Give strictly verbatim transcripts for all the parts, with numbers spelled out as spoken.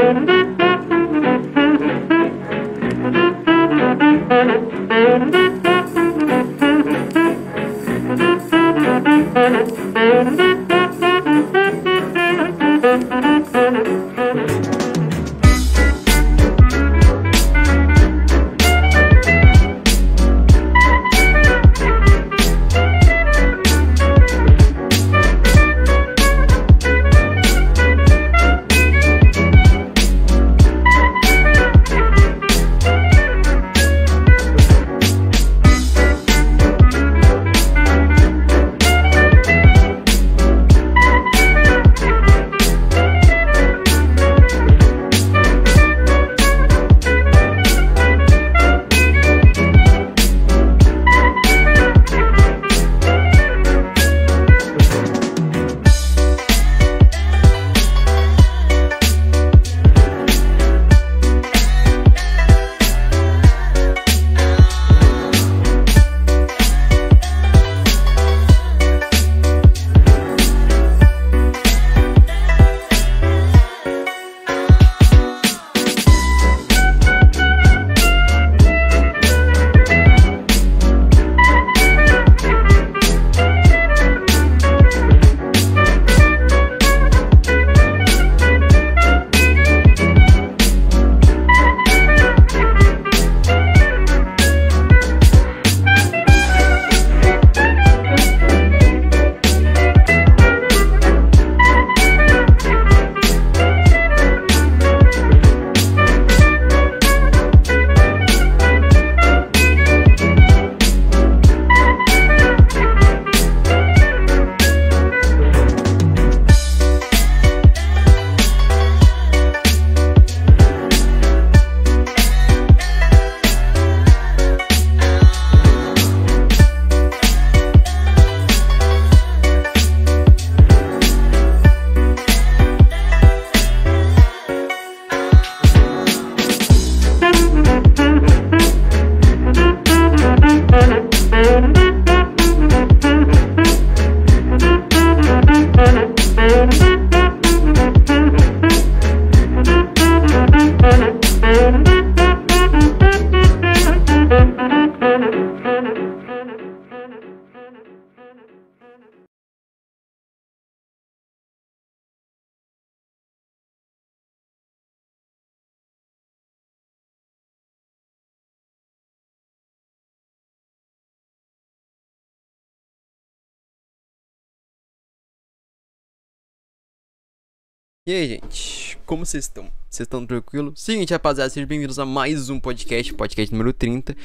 E aí, gente, como vocês estão? Vocês estão tranquilos? Seguinte, rapaziada, sejam bem-vindos a mais um podcast, podcast número trinta.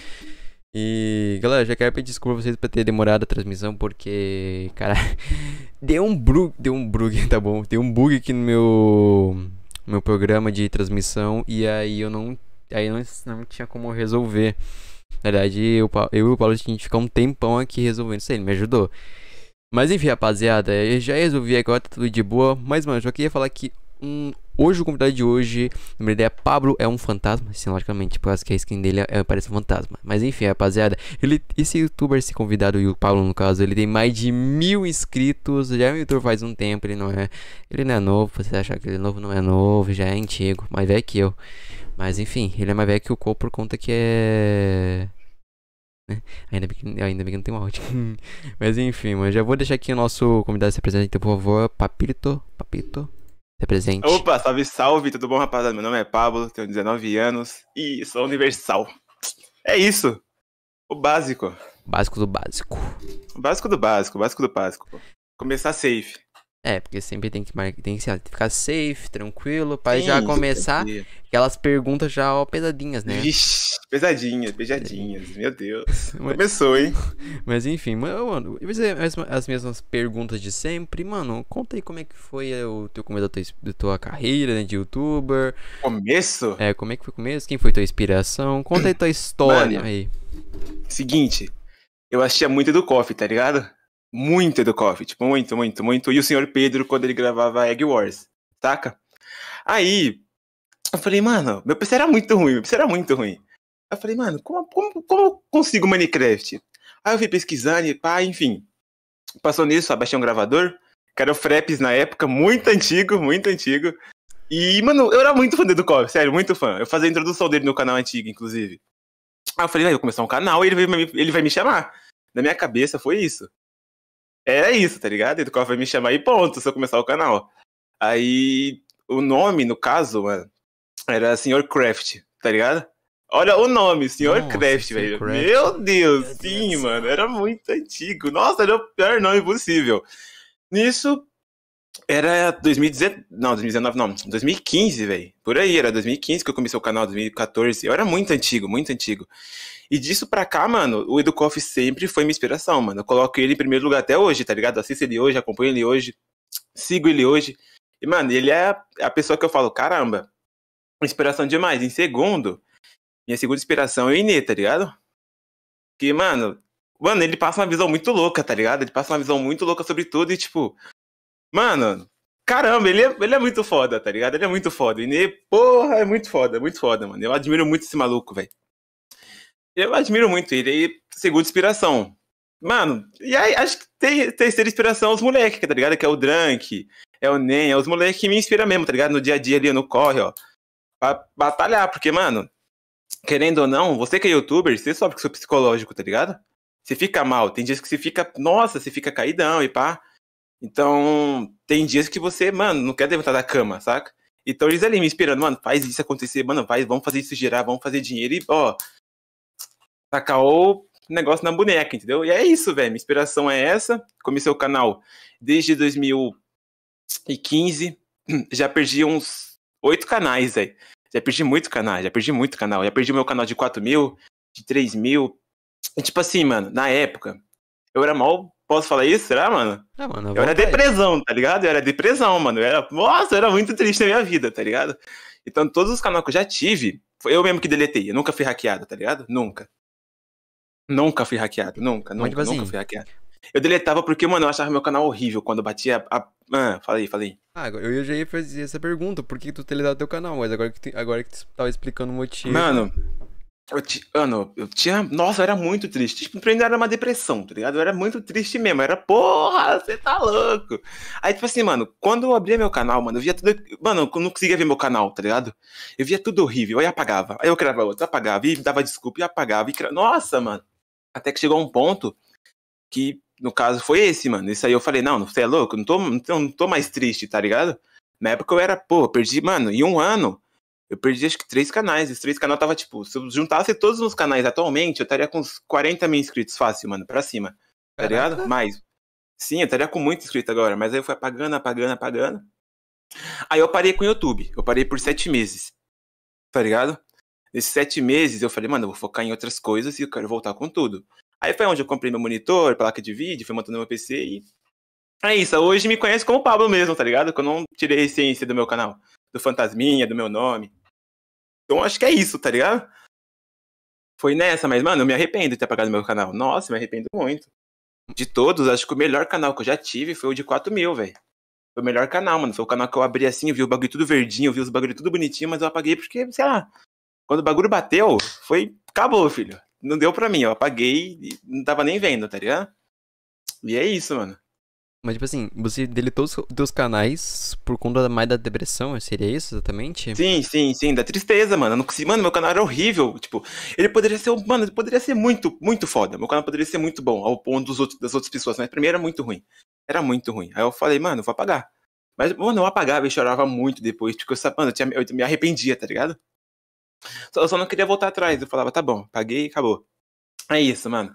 E, galera, já quero pedir desculpa a vocês por ter demorado a transmissão, porque, cara, deu um bug, deu um bug, tá bom? Deu um bug aqui no meu, no meu programa de transmissão, e aí eu não, aí eu não, não tinha como resolver. Na verdade, eu, eu e o Paulo tinha que ficar um tempão aqui resolvendo isso aí, ele me ajudou. Mas enfim, rapaziada, eu já resolvi agora, tá tudo de boa. Mas, mano, eu só queria falar que um, hoje o convidado de hoje, na minha ideia, Pablo é um fantasma. Sim, logicamente, por causa que a skin dele é, parece um fantasma. Mas enfim, rapaziada, ele, esse youtuber, esse convidado, e o Pablo no caso, ele tem mais de mil inscritos. Já é um youtuber faz um tempo, ele não é Ele não é novo, você achar que ele é novo, não é novo, já é antigo, mais velho que eu. Mas enfim, ele é mais velho que o Cole por conta que é... Ainda bem que, ainda bem que não tem um áudio. Mas enfim, mas já vou deixar aqui o nosso convidado se apresentar, então, por favor. Papito, Papito, se apresente. Opa, salve, salve, tudo bom, rapaziada? Meu nome é Pablo, tenho dezenove anos e sou universal. É isso, o básico. Básico do básico. O básico do básico, o básico do básico. Pô. Começar safe. É, porque sempre tem que, tem que ficar safe, tranquilo, pra Sim, já começar entendi. Aquelas perguntas já ó, pesadinhas, né? Vixe, pesadinhas, pesadinhas, meu Deus. Mas, começou, hein? Mas enfim, mano, as, as mesmas perguntas de sempre. Mano, conta aí como é que foi o teu começo da tua, da tua carreira, né, de youtuber. Começo? É, como é que foi o começo? Quem foi tua inspiração? Conta aí tua história. Mano, aí. Seguinte, eu assistia muito do Coffee, tá ligado? Muito do Coffee, tipo, muito, muito, muito. E o senhor Pedro, quando ele gravava Egg Wars, saca? Aí, eu falei, mano, meu P C era muito ruim, meu P C era muito ruim. Eu falei, mano, como, como, como eu consigo Minecraft? Aí eu fui pesquisando e pá, enfim. Passou nisso, abaixei um gravador, que era o Fraps na época, muito antigo, muito antigo. E, mano, eu era muito fã do Educoff, sério, muito fã. Eu fazia a introdução dele no canal antigo, inclusive. Aí eu falei, vai, eu vou começar um canal e ele vai, ele vai me chamar. Na minha cabeça foi isso. Era isso, tá ligado? O Educoff vai me chamar e ponto, se eu começar o canal. Aí, o nome, no caso, mano, era senhor Craft, tá ligado? Olha o nome, senhor Nossa, Craft, senhor velho. Craft. Meu Deus, Meu sim, Deus. mano. Era muito antigo. Nossa, era o pior nome possível. Nisso, era dois mil e dezenove. Não, dois mil e dezenove não. dois mil e quinze, velho. Por aí, era dois mil e quinze que eu comecei o canal, dois mil e quatorze. Eu era muito antigo, muito antigo. E disso pra cá, mano, o Educoff sempre foi minha inspiração, mano. Eu coloco ele em primeiro lugar até hoje, tá ligado? Assisto ele hoje, acompanho ele hoje, sigo ele hoje. E, mano, ele é a pessoa que eu falo, caramba, inspiração demais. Em segundo, minha segunda inspiração é o Inê, tá ligado? Que, mano, mano, ele passa uma visão muito louca, tá ligado? Ele passa uma visão muito louca sobre tudo e, tipo, mano, caramba, ele é, ele é muito foda, tá ligado? Ele é muito foda. O Inê, porra, é muito foda, é muito foda, mano. Eu admiro muito esse maluco, velho. Eu admiro muito ele. E segunda inspiração. Mano, e aí acho que tem terceira inspiração os moleques, tá ligado? Que é o Drunk, é o Nen, é os moleques que me inspiram mesmo, tá ligado? No dia a dia ali, no corre, ó. Pra batalhar, porque, mano, querendo ou não, você que é youtuber, você sabe que seu psicológico, tá ligado? Você fica mal. Tem dias que você fica, nossa, você fica caidão e pá. Então, tem dias que você, mano, não quer levantar da cama, saca? Então eles ali me inspirando, mano, faz isso acontecer, mano, vai, vamos fazer isso girar, vamos fazer dinheiro e, ó, tacar o negócio na boneca, entendeu? E é isso, velho, minha inspiração é essa. Comecei o canal desde dois mil e quinze, já perdi uns oito canais, velho. Já perdi muito canal, já perdi muito canal. Já perdi meu canal de quatro mil, de três mil. E tipo assim, mano, na época, eu era mal. Posso falar isso? Será, mano? Ah, mano, Eu era depressão, tá ligado? Eu era depressão, mano. Eu era... Nossa, eu era muito triste na minha vida, tá ligado? Então, todos os canais que eu já tive, foi eu mesmo que deletei. Eu nunca fui hackeado, tá ligado? Nunca. Nunca fui hackeado, nunca, Mas, nunca, tipo nunca assim, fui hackeado. Eu deletava porque, mano, eu achava meu canal horrível quando eu batia a... Ah, falei, falei. ah, eu já ia fazer essa pergunta, por que tu teledava teu canal? Mas agora que, tu, agora que tu tava explicando o motivo. Mano, eu, ti... Mano, eu tinha. Nossa, eu era muito triste. Tipo, pra mim era uma depressão, tá ligado? Eu era muito triste mesmo. Eu era, porra, você tá louco. Aí, tipo assim, mano, quando eu abria meu canal, mano, eu via tudo. Mano, eu não conseguia ver meu canal, tá ligado? Eu via tudo horrível. Aí apagava. Aí eu criava outro, apagava. E dava desculpa e apagava. E cra... Nossa, mano. Até que chegou um ponto que, no caso, foi esse, mano. Isso aí eu falei, não, você é louco? Eu não tô, não tô, não tô mais triste, tá ligado? Na época eu era, pô, eu perdi, mano, em um ano. Eu perdi acho que três canais. Os três canais tava, tipo, se eu juntasse todos os canais atualmente, eu estaria com uns quarenta mil inscritos fácil, mano, pra cima. Tá Caraca. ligado? Mais. Sim, eu estaria com muito inscrito agora, mas aí eu fui apagando, apagando, apagando. Aí eu parei com o YouTube. Eu parei por sete meses. Tá ligado? Nesses sete meses eu falei, mano, eu vou focar em outras coisas e eu quero voltar com tudo. Aí foi onde eu comprei meu monitor, placa de vídeo, fui montando meu P C e... É isso, hoje me conhece como Pablo mesmo, tá ligado? Que eu não tirei a essência do meu canal. Do Fantasminha, do meu nome. Então acho que é isso, tá ligado? Foi nessa, mas, mano, eu me arrependo de ter apagado meu canal. Nossa, me arrependo muito. De todos, acho que o melhor canal que eu já tive foi o de quatro mil, velho. Foi o melhor canal, mano. Foi o canal que eu abri assim, eu vi o bagulho tudo verdinho, eu vi os bagulho tudo bonitinho, mas eu apaguei porque, sei lá, quando o bagulho bateu, foi... Acabou, filho. Não deu pra mim, eu apaguei e não tava nem vendo, tá ligado? E é isso, mano. Mas, tipo assim, você deletou os teus canais por conta mais da depressão, seria isso exatamente? Sim, sim, sim, da tristeza, mano. Eu não consegui... Mano, meu canal era horrível. Tipo, ele poderia ser. Mano, ele poderia ser muito, muito foda. Meu canal poderia ser muito bom, ao ponto dos outros, das outras pessoas. Mas primeiro era muito ruim. Era muito ruim. Aí eu falei, mano, eu vou apagar. Mas, mano, eu apagava e chorava muito depois, porque eu, mano, eu, tinha, eu me arrependia, tá ligado? Só, eu só não queria voltar atrás. Eu falava, tá bom, paguei e acabou. É isso, mano.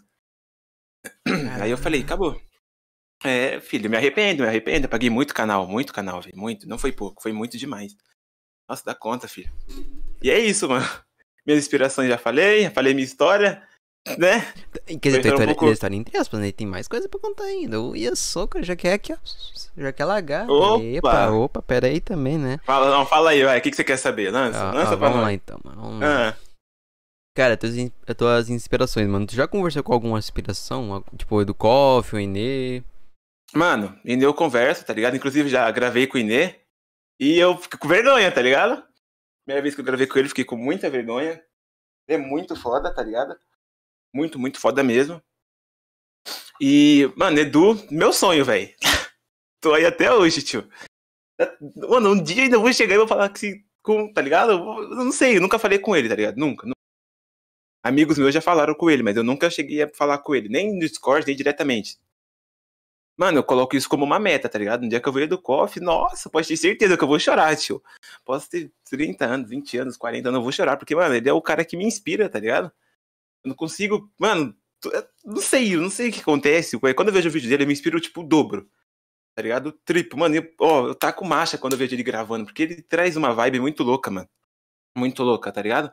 Aí eu falei, acabou. É, filho, me arrependo, me arrependo. Eu paguei muito canal, muito canal, velho. Muito. Não foi pouco, foi muito demais. Nossa, dá conta, filho. E é isso, mano. Minhas inspirações já falei, já falei minha história, né? Quer dizer, tua um história, pouco... história entre aspas, né? Tem mais coisa pra contar ainda. O Iasoka já quer aqui, ó. Já quer largar. Opa! Epa, opa, pera aí também, né? Fala, não, fala aí, vai. O que, que você quer saber? Lança, Ah, lança ah, pra vamos nós. lá então, mano. Vamos lá. Ah. Cara, tuas, in- tuas inspirações, mano. Tu já conversou com alguma inspiração? Tipo, o Educoff, o Inê? Mano, Inê eu converso, tá ligado? Inclusive já gravei com o Inê. E eu fiquei com vergonha, tá ligado? Primeira vez que eu gravei com ele, fiquei com muita vergonha. Ele é muito foda, tá ligado? Muito, muito foda mesmo. E, mano, Edu, meu sonho, velho. Tô aí até hoje, tio. Mano, um dia ainda vou chegar e vou falar que se. Com, tá ligado? Eu não sei, eu nunca falei com ele, tá ligado? Nunca, nunca. Amigos meus já falaram com ele, mas eu nunca cheguei a falar com ele, nem no Discord, nem diretamente. Mano, eu coloco isso como uma meta, tá ligado? No dia que eu ver do Coffee, nossa, pode ter certeza que eu vou chorar, tio. Posso ter trinta anos, vinte anos, quarenta anos, eu vou chorar, porque, mano, ele é o cara que me inspira, tá ligado? Eu não consigo, mano, não sei, eu não sei o que acontece. Quando eu vejo o vídeo dele, eu me inspiro, tipo, o dobro, tá ligado? O triplo, mano, eu, ó, eu taco marcha quando eu vejo ele gravando, porque ele traz uma vibe muito louca, mano. Muito louca, tá ligado?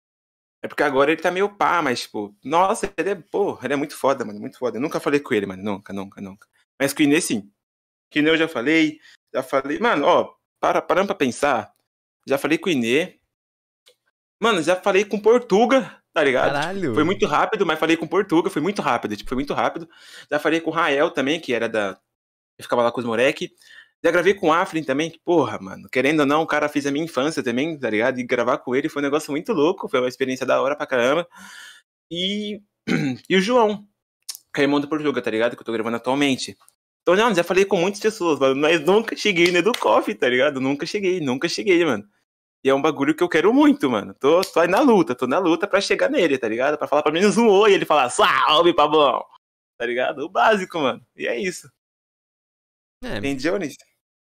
É porque agora ele tá meio pá, mas, tipo, nossa, ele é, pô, ele é muito foda, mano, muito foda. Eu nunca falei com ele, mano, nunca, nunca, nunca. Mas com o Inês, sim. Que nem eu já falei, já falei, mano, ó, para, parando pra pensar, já falei com o Inê, mano, já falei com o Portuga, tá ligado? Caralho. Tipo, foi muito rápido, mas falei com o Portuga, foi muito rápido, tipo, foi muito rápido. Já falei com o Rael também, que era da, eu ficava lá com os moleque. Já gravei com o Afrin também, que, porra, mano, querendo ou não, o cara fez a minha infância também, tá ligado? E gravar com ele foi um negócio muito louco, foi uma experiência da hora pra caramba. E, e o João, que é irmão do Portuga, tá ligado? Que eu tô gravando atualmente. Então, não, já falei com muitas pessoas, mano, mas nunca cheguei no Edu Coffee, tá ligado? Nunca cheguei, nunca cheguei, mano. E é um bagulho que eu quero muito, mano. Tô, tô aí na luta, tô na luta pra chegar nele, tá ligado? Pra falar pelo menos um oi e ele falar, salve, Pablão! Tá ligado? O básico, mano. E é isso. É, Entendeu, Jones?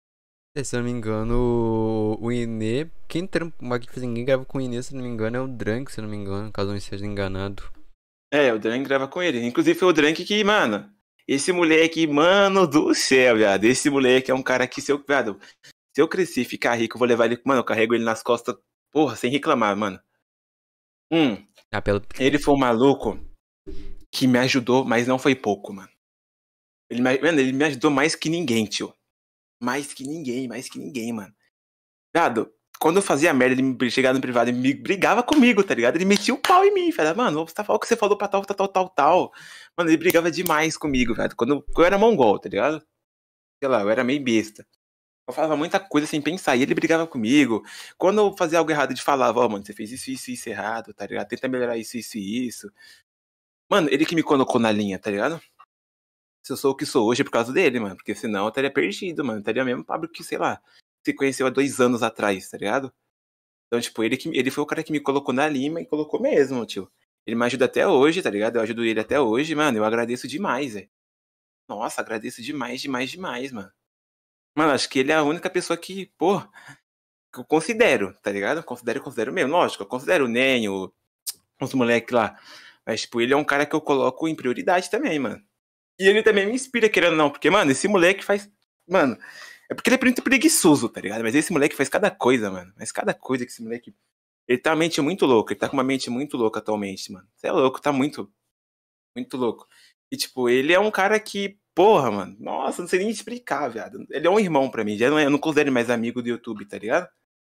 se eu não me engano, o Inê. Quem trampa que ninguém grava com o Inê, se eu não me engano, é o Drank, se eu não me engano, caso eu não esteja enganado. É, o Drank grava com ele. Inclusive foi o Drank que, mano, esse moleque, mano do céu, viado. Esse moleque é um cara que, se eu, viado, se eu crescer e ficar rico, eu vou levar ele, mano, eu carrego ele nas costas, porra, sem reclamar, mano. Hum, Ah, pelo... ele foi um maluco que me ajudou, mas não foi pouco, mano. Ele me, mano, ele me ajudou mais que ninguém, tio. Mais que ninguém, mais que ninguém, mano. Viado, quando eu fazia merda, ele me chegava no privado e me brigava comigo, tá ligado? Ele metia o pau em mim, falava, mano, você tá falando o que você falou pra tal, tal, tal, tal, tal. Mano, ele brigava demais comigo, velho. Quando eu era mongol, tá ligado? Sei lá, eu era meio besta. Eu falava muita coisa sem pensar, e ele brigava comigo. Quando eu fazia algo errado, ele falava, ó, oh, mano, você fez isso, isso, isso errado, tá ligado? Tenta melhorar isso, isso e isso. Mano, ele que me colocou na linha, tá ligado? Se eu sou o que sou hoje é por causa dele, mano. Porque senão eu estaria perdido, mano. Eu estaria mesmo Pablo que, sei lá, se conheceu há dois anos atrás, tá ligado? Então, tipo, ele, que, ele foi o cara que me colocou na lima e colocou mesmo, tio. Ele me ajuda até hoje, tá ligado? Eu ajudo ele até hoje, mano. Eu agradeço demais, velho. Nossa, agradeço demais, demais, demais, mano. Mano, acho que ele é a única pessoa que, pô, que eu considero, tá ligado? Eu considero, considero mesmo. Lógico, eu considero o Nenho, os moleques lá. Mas, tipo, ele é um cara que eu coloco em prioridade também, mano. E ele também me inspira, querendo ou não. Porque, mano, esse moleque faz... Mano, é porque ele é muito preguiçoso, tá ligado? Mas esse moleque faz cada coisa, mano. Mas cada coisa que esse moleque... Ele tá com uma mente muito louca. Ele tá com uma mente muito louca atualmente, mano. Você é louco, tá muito... Muito louco. E, tipo, ele é um cara que... Porra, mano. Nossa, não sei nem explicar, viado. Ele é um irmão pra mim. Já não é, eu não considero ele mais amigo do YouTube, tá ligado?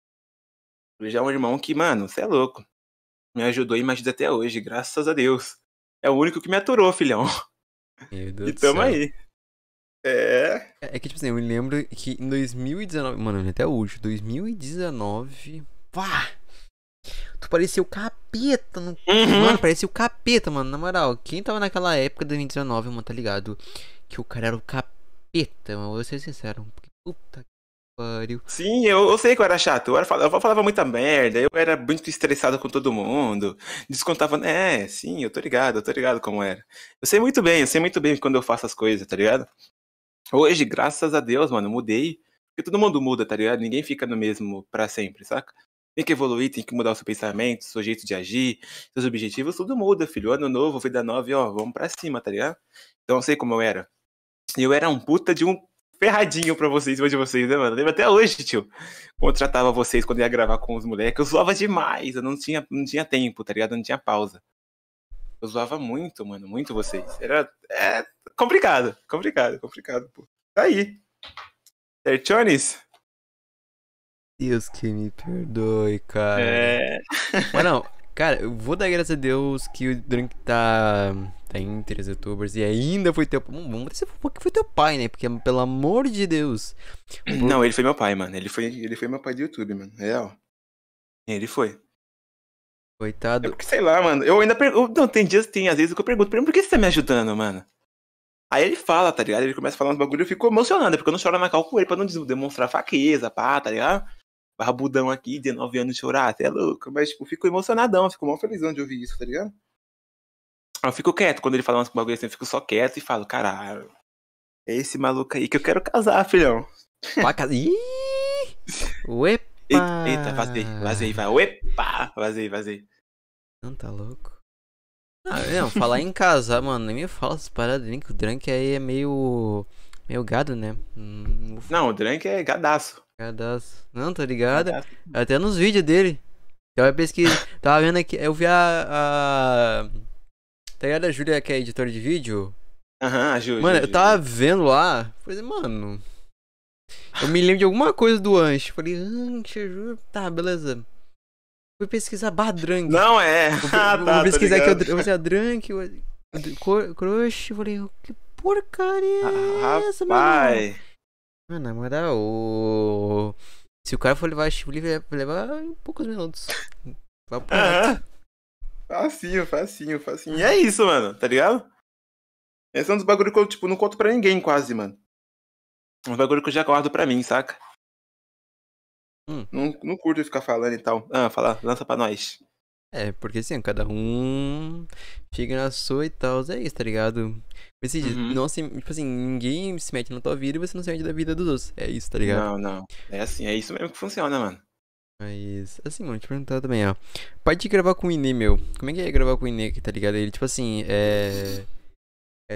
Ele já é um irmão que, mano, você é louco. Me ajudou e me ajuda até hoje, graças a Deus. É o único que me aturou, filhão. Meu Deus E do tamo céu. aí. É. É, é que, tipo assim, eu me lembro que em dois mil e dezenove. Mano, até hoje, dois mil e dezenove. Pá! Tu parecia o capeta no. Uhum. Mano, parecia o capeta, mano. Na moral, quem tava naquela época de dois mil e dezenove, mano, tá ligado? Que o cara era o capeta, mano. Vou ser sincero. Porque, puta que pariu. Sim, eu, eu sei que eu era chato. Eu, era, eu falava muita merda. Eu era muito estressado com todo mundo. Descontava. É, sim, eu tô ligado, eu tô ligado como era. Eu sei muito bem, eu sei muito bem quando eu faço as coisas, tá ligado? Hoje, graças a Deus, mano, eu mudei. Porque todo mundo muda, tá ligado? Ninguém fica no mesmo pra sempre, saca? Tem que evoluir, tem que mudar o seu pensamento, seu jeito de agir, seus objetivos, tudo muda, filho. Ano novo, vida nova, e ó, vamos pra cima, tá ligado? Então eu sei como eu era. E eu era um puta de um ferradinho pra vocês, hoje vocês, né, mano? Lembro até hoje, tio. Quando eu tratava vocês, quando eu ia gravar com os moleques, eu zoava demais. Eu não tinha, não tinha tempo, tá ligado? Eu não tinha pausa. Eu zoava muito, mano, muito vocês. Era é, complicado, complicado, complicado, pô. Tá aí. Certiones? Deus que me perdoe, cara. É. Mas não, cara, eu vou dar graças a Deus que o Drunk tá, tá entre os youtubers e ainda foi teu. Vamos ver se foi teu pai, né? Porque, pelo amor de Deus. Não, ele foi meu pai, mano. Ele foi, ele foi meu pai do YouTube, mano. Real. Ele foi. Coitado. É porque, sei lá, mano. Eu ainda pergunto. Não, tem dias, tem às vezes que eu pergunto pra ele, por que você tá me ajudando, mano? Aí ele fala, tá ligado? Ele começa a falar uns bagulho, eu fico emocionado, porque eu não choro na cal com ele pra não des- demonstrar fraqueza, pá, tá ligado? Barbudão aqui, dezenove anos de chorar, até é louco. Mas, tipo, eu fico emocionadão, eu fico mó felizão de ouvir isso, tá ligado? Eu fico quieto, quando ele fala uns bagulho assim, eu fico só quieto e falo, caralho, é esse maluco aí que eu quero casar, filhão. Placa. Ih! Eita, eita, vazei, vazei, Uepa! vai. Uepa! Vazei, vazei. Não, tá louco? Ah, não, falar em casar, mano, nem me fala essas paradas, nem que o Drunk aí é meio. meio gado, né? Hum, Não, o Drunk é gadaço. gadaço. Não, tô ligado. Gadaço. Até nos vídeos dele. Eu pesquisei. Tava vendo aqui. Eu vi a. a... Tá ligado a Júlia, que é editora de vídeo? Aham, Ju, Mano, Ju, eu Ju, tava Ju. vendo lá. Falei, mano. Eu me lembro de alguma coisa do Ancho. Falei, Ancho, Ju. Tá, beleza. Fui pesquisar Badrank. Não é. Vou, Ah, vou tá, tô pesquisar aqui. Eu ligado. vou fazer a Drunk. Crush. Eu falei, que porcaria é essa, mano? Rapaz. Mano, na moral, o... se o cara for levar chifre, vai levar em poucos minutos. Vai pro reto. Aham. Facinho, facinho, facinho. E é isso, mano, tá ligado? Esse é um dos bagulho que eu, tipo, não conto pra ninguém quase, mano. Um bagulho que eu já guardo pra mim, saca? Hum. Não, não curto ficar falando e tal. Ah, fala, lança pra nós. É, porque assim, cada um fica na sua e tal, é isso, tá ligado? Esse, Uhum. não se, tipo assim, ninguém se mete na tua vida e você não se mete da vida dos outros. É isso, tá ligado? Não, não. É assim, é isso mesmo que funciona, mano. Mas, assim, mano, te perguntar também, ó. Pode gravar com o Inê, meu. Como é que é gravar com o Inê aqui, tá ligado? Ele, tipo assim, é. É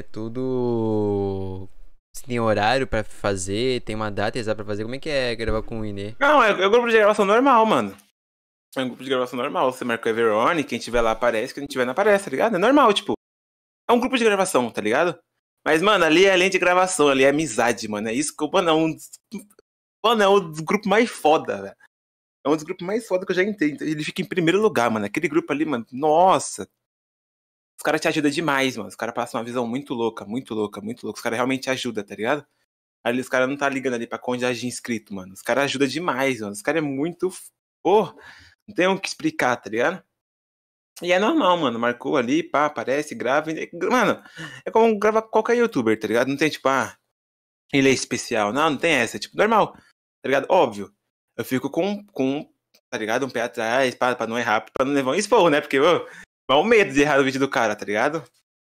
tudo. Se tem horário pra fazer, tem uma data exata pra fazer. Como é que é gravar com o Inê? Não, é, é um grupo de gravação normal, mano. É um grupo de gravação normal. Você marca o Everone, quem tiver lá aparece, quem não tiver não aparece, tá ligado? É normal, tipo. É um grupo de gravação, tá ligado? Mas, mano, ali é além de gravação, ali é amizade, mano. É isso que eu, mano, é um. dos- Mano, é um dos grupos mais foda, velho. É um dos grupos mais foda que eu já entrei. Ele fica em primeiro lugar, mano. Aquele grupo ali, mano, nossa. Os caras te ajudam demais, mano. Os caras passam uma visão muito louca, muito louca, muito louca. Os caras realmente te ajudam, tá ligado? Ali os caras não tá ligando ali pra quantidade de inscrito, mano. Os caras ajudam demais, mano. Os caras é muito. Pô, não tem o que explicar, tá ligado? E é normal, mano. Marcou ali, pá, aparece, grava. e- Mano, é como gravar com qualquer youtuber, tá ligado? Não tem tipo, ah, ele é especial. Não, não tem essa. É tipo, normal, tá ligado? Óbvio. Eu fico com, com tá ligado? Um pé atrás, pá, pra não errar, pra não levar um esporro, né? Porque, ô, mal medo de errar o vídeo do cara, tá ligado?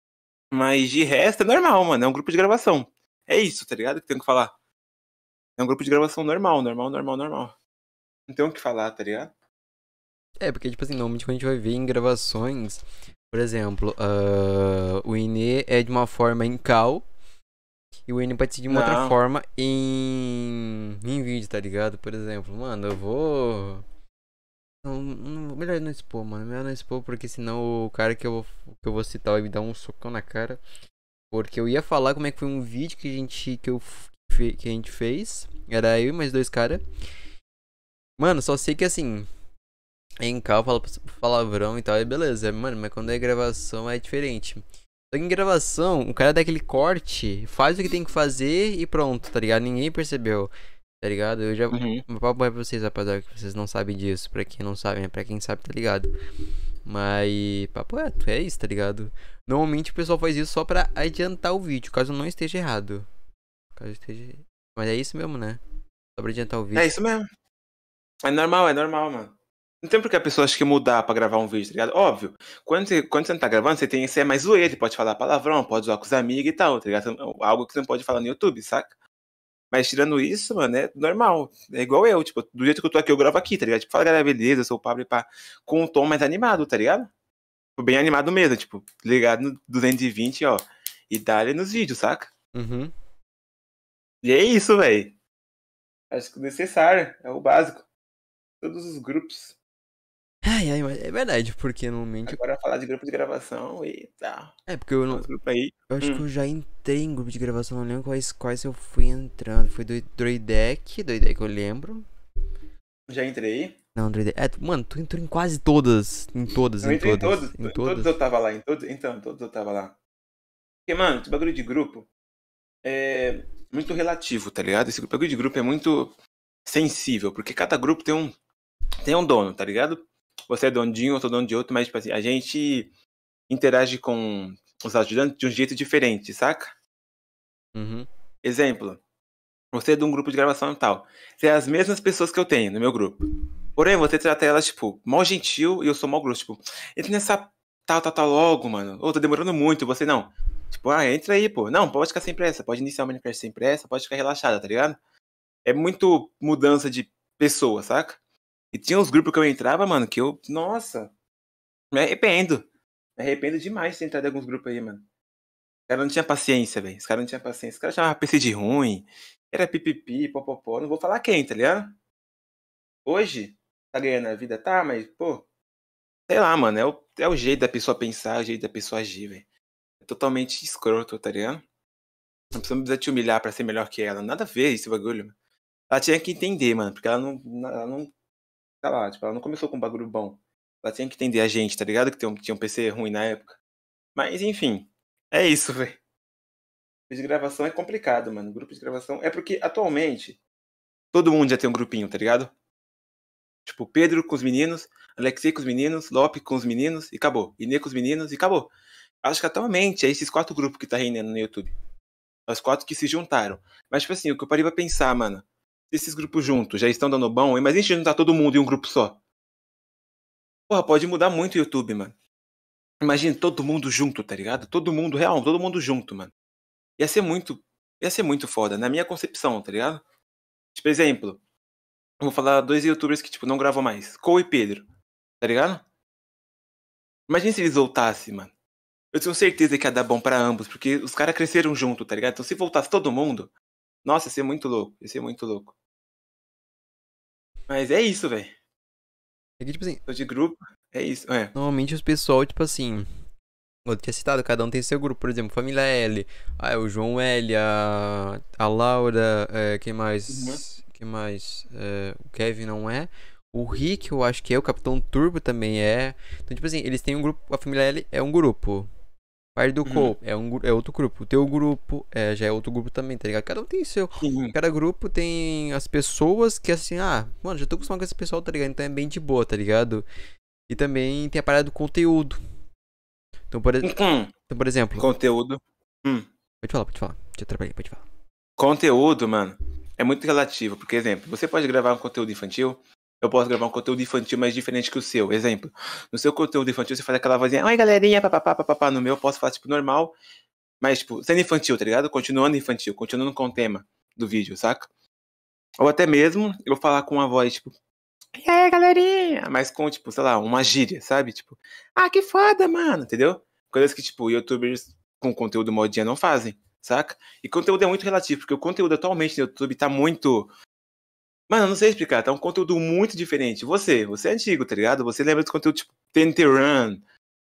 Mas de resto é normal, mano. É um grupo de gravação. É isso, tá ligado? Que tenho que falar. É um grupo de gravação normal, normal, normal, normal. Não tem o que falar, tá ligado? É, porque, tipo assim, normalmente quando a gente vai ver em gravações, por exemplo, ah, o Inê é de uma forma em cal e o Inê pode ser de uma outra Não. forma em, em vídeo, tá ligado? Por exemplo, mano, eu vou. Não, não- melhor não expor, mano. Melhor não expor, porque senão o cara que eu, vou- que eu vou citar vai me dar um socão na cara. Porque eu ia falar como é que foi um vídeo que a gente, que eu, fe- que a gente fez. Era eu e mais dois caras. Mano, só sei que assim. Em cal fala palavrão e tal, e beleza, mano, mas quando é gravação é diferente. Só que em gravação, o cara dá aquele corte, faz o que tem que fazer e pronto, tá ligado? Ninguém percebeu, tá ligado? Eu já. Uhum. Meu papo é pra vocês, rapaziada, que vocês não sabem disso. Pra quem não sabe, né? Pra quem sabe, tá ligado? Mas, papo reto, é isso, tá ligado? Normalmente o pessoal faz isso só pra adiantar o vídeo, caso não esteja errado. Caso esteja. Mas é isso mesmo, né? Só pra adiantar o É vídeo. isso mesmo. É normal, é normal, mano. Não tem porque a pessoa acha que mudar pra gravar um vídeo, tá ligado? Óbvio. Quando você, quando você não tá gravando, você tem, você é mais zoeiro, pode falar palavrão, pode zoar com os amigos e tal, tá ligado? Algo que você não pode falar no YouTube, saca? Mas tirando isso, mano, é normal. É igual eu, tipo, do jeito que eu tô aqui, eu gravo aqui, tá ligado? Tipo, fala, galera, beleza, eu sou o Pablo e pá. Com um tom mais animado, tá ligado? Tipo, bem animado mesmo, tipo, ligado no duzentos e vinte, ó. E dá-lhe nos vídeos, saca? Uhum. E é isso, velho. Acho que necessário, é o básico. Todos os grupos. Ai, ai, mas é verdade, porque normalmente. Agora falar de grupo de gravação, eita. É, porque eu não. Os grupos aí. Eu acho que Hum, eu já entrei em grupo de gravação, não lembro quais, quais eu fui entrando. Foi do Droidec, Droidec eu lembro. já entrei. Não, Droidec. É, tu- mano, tu entrou em quase todas. Em todas, Eu em entrei em todas. todos. Em Em todos todas. eu tava lá. Em todos, então, em todos eu tava lá. Porque, mano, esse bagulho de grupo é muito relativo, tá ligado? Esse bagulho de grupo é muito sensível, porque cada grupo tem um, tem um dono, tá ligado? Você é dono de um, eu sou dono de outro, mas, tipo assim, a gente interage com os ajudantes de um jeito diferente, saca? Uhum. Exemplo, você é de um grupo de gravação e tal. Você é as mesmas pessoas que eu tenho no meu grupo. Porém, você trata elas, tipo, mal gentil e eu sou mal grosso. Tipo, entra nessa tal, tal, tal logo, mano. Ô, tá demorando muito, você não. Tipo, ah, entra aí, pô. Não, pode ficar sem pressa. Pode iniciar o Minecraft sem pressa, pode ficar relaxada, tá ligado? É muito mudança de pessoa, saca? E tinha uns grupos que eu entrava, mano, que eu, nossa, me arrependo. Me arrependo demais de entrar em alguns grupos aí, mano. Os caras não tinham paciência, velho. Os caras não tinham paciência. Os caras chamavam P C de ruim. Era pipipi, popopó. Não vou falar quem, tá ligado? Hoje, tá ganhando a vida, tá, mas, pô, sei lá, mano. É o, é o jeito da pessoa pensar, o jeito da pessoa agir, velho. É totalmente escroto, tá ligado? Não precisa te humilhar pra ser melhor que ela. Nada a ver esse bagulho, mano. Ela tinha que entender, mano, porque ela não, ela não, tá lá, tipo, ela não começou com um bagulho bom. Ela tinha que entender a gente, tá ligado? Que tinha um, tinha um P C ruim na época. Mas, enfim, é isso, velho. Grupo de gravação é complicado, mano. Grupo de gravação é porque, atualmente, todo mundo já tem um grupinho, tá ligado? Tipo, Pedro com os meninos, Alexei com os meninos, Lope com os meninos e acabou. Inê com os meninos e acabou. Acho que atualmente é esses quatro grupos que tá reinando no YouTube. Os quatro que se juntaram. Mas, tipo assim, o que eu parei pra pensar, mano. Se esses grupos juntos já estão dando bom, imagina se juntar todo mundo em um grupo só. Porra, pode mudar muito o YouTube, mano. Imagina todo mundo junto, tá ligado? Todo mundo, real, todo mundo junto, mano. Ia ser muito. Ia ser muito foda, na minha concepção, tá ligado? Tipo, exemplo. Eu vou falar dois youtubers que, tipo, não gravam mais. Cole e Pedro. Tá ligado? Imagina se eles voltassem, mano. Eu tenho certeza que ia dar bom pra ambos, porque os caras cresceram junto, tá ligado? Então se voltasse todo mundo, nossa, ia ser muito louco. Ia ser muito louco. Mas é isso, velho. É que, tipo assim, Tô de grupo, é isso. É. normalmente os pessoal, tipo assim. Eu tinha citado, cada um tem seu grupo, por exemplo, Família L. Ah, é o João L, a, a Laura, é, quem Uhum. mais? Quem mais? É, o Kevin não é. O Rick, eu acho que é. O Capitão Turbo também é. Então, tipo assim, eles têm um grupo. A Família L é um grupo. O Pai do Uhum. Cole é, um, gru- é outro grupo. O teu grupo é, já é outro grupo também, tá ligado? Cada um tem seu. Sim. Cada grupo tem as pessoas que, assim, ah, mano, já tô acostumado com esse pessoal, tá ligado? Então é bem de boa, tá ligado? E também tem a parada do conteúdo. Então, por, e- Uhum. então, por exemplo. Conteúdo. Hum. Pode falar, pode falar. Te atrapalhei, pode falar. Conteúdo, mano, é muito relativo. Porque, exemplo, você pode gravar um conteúdo infantil, eu posso gravar um conteúdo infantil mais diferente que o seu. Exemplo, no seu conteúdo infantil você faz aquela vozinha, oi galerinha, papapá, papapá. No meu eu posso falar, tipo, normal, mas, tipo, sendo infantil, tá ligado? Continuando infantil, continuando com o tema do vídeo, saca? Ou até mesmo eu falar com uma voz, tipo, e aí galerinha? Mas com, tipo, sei lá, uma gíria, sabe? Tipo, ah, que foda, mano, entendeu? Coisas que, tipo, youtubers com conteúdo modinha não fazem, saca? E conteúdo é muito relativo, porque o conteúdo atualmente no YouTube tá muito. Mano, eu não sei explicar, tá um conteúdo muito diferente. Você, você é antigo, tá ligado? Você lembra do conteúdo tipo T N T Run,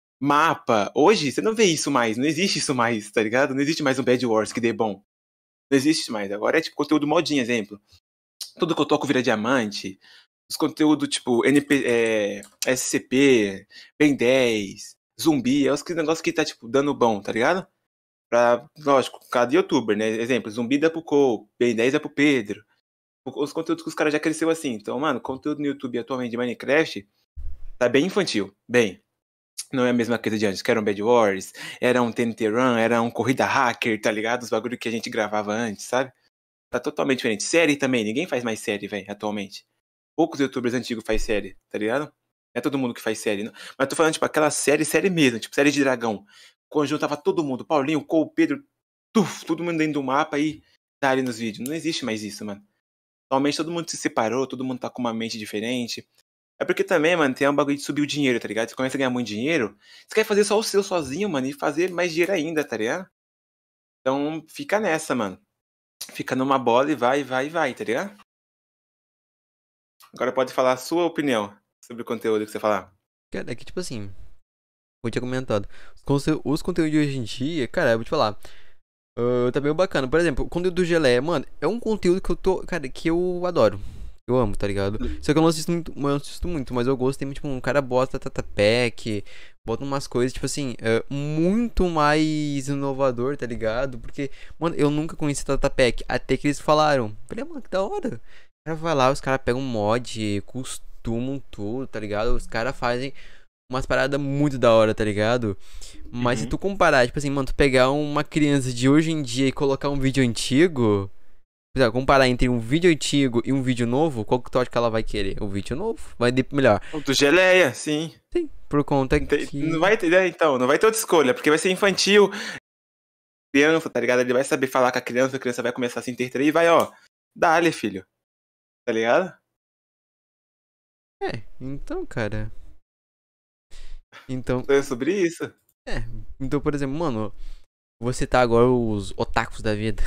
mapa. Hoje, você não vê isso mais, não existe isso mais, tá ligado? Não existe mais um Bad Wars que dê bom. Não existe mais. Agora é tipo conteúdo modinha, exemplo. Tudo que eu toco vira diamante. Os conteúdos tipo N P, é, S C P, Ben dez, zumbi, é os que- negócio que tá tipo dando bom, tá ligado? Pra, lógico, cada youtuber, né? Exemplo, zumbi dá pro Cole, Ben dez é pro Pedro. Os conteúdos que os caras já cresceu assim. Então, mano, o conteúdo no YouTube atualmente de Minecraft tá bem infantil. Bem, não é a mesma coisa de antes, que era um Bad Wars, era um T N T Run, era um Corrida Hacker, tá ligado? Os bagulho que a gente gravava antes, sabe? Tá totalmente diferente. Série também, ninguém faz mais série, velho, atualmente. Poucos youtubers antigos faz série, tá ligado? Não é todo mundo que faz série, não. Mas tô falando, tipo, aquela série, série mesmo, tipo, série de dragão. Conjuntava todo mundo, Paulinho, Cole, Pedro, tuf, todo mundo dentro do mapa e tá ali nos vídeos. Não existe mais isso, mano. Atualmente todo mundo se separou, todo mundo tá com uma mente diferente. É porque também, mano, tem um bagulho de subir o dinheiro, tá ligado? Você começa a ganhar muito dinheiro, você quer fazer só o seu sozinho, mano, e fazer mais dinheiro ainda, tá ligado? Então, fica nessa, mano. Fica numa bola e vai, vai, vai, tá ligado? Agora pode falar a sua opinião sobre o conteúdo que você falar. Cara, é que tipo assim, como eu tinha comentado, os, conte- os conteúdos de hoje em dia, cara, eu vou te falar, ah, tá bem bacana. Por exemplo, o conteúdo do Geleia, mano, é um conteúdo que eu tô, cara, que eu adoro. Eu amo, tá ligado? Só que eu não assisto muito, eu não assisto muito, mas eu gosto, tem tipo, um cara bota Tata Pack, bota umas coisas, tipo assim, é, muito mais inovador, tá ligado? Porque, mano, eu nunca conheci Tata Pack, até que eles falaram. Falei, mano, que da hora. O cara vai lá, os caras pegam um mod, costumam tudo, tá ligado? Os caras fazem umas paradas muito da hora, tá ligado? Mas Uhum. se tu comparar, tipo assim, mano, tu pegar uma criança de hoje em dia e colocar um vídeo antigo, por exemplo, comparar entre um vídeo antigo e um vídeo novo, qual que tu acha que ela vai querer? O vídeo novo? Vai de melhor. O do Geleia, sim. Sim, por conta Não, tem- não que. vai ter, né, então, não vai ter outra escolha, porque vai ser infantil, criança, tá ligado? Ele vai saber falar com a criança, a criança vai começar a se interter e vai, ó, dá-lhe, filho. Tá ligado? É, então, cara. Então, É sobre isso. é. Então, por exemplo, mano, vou citar agora os otakus da vida.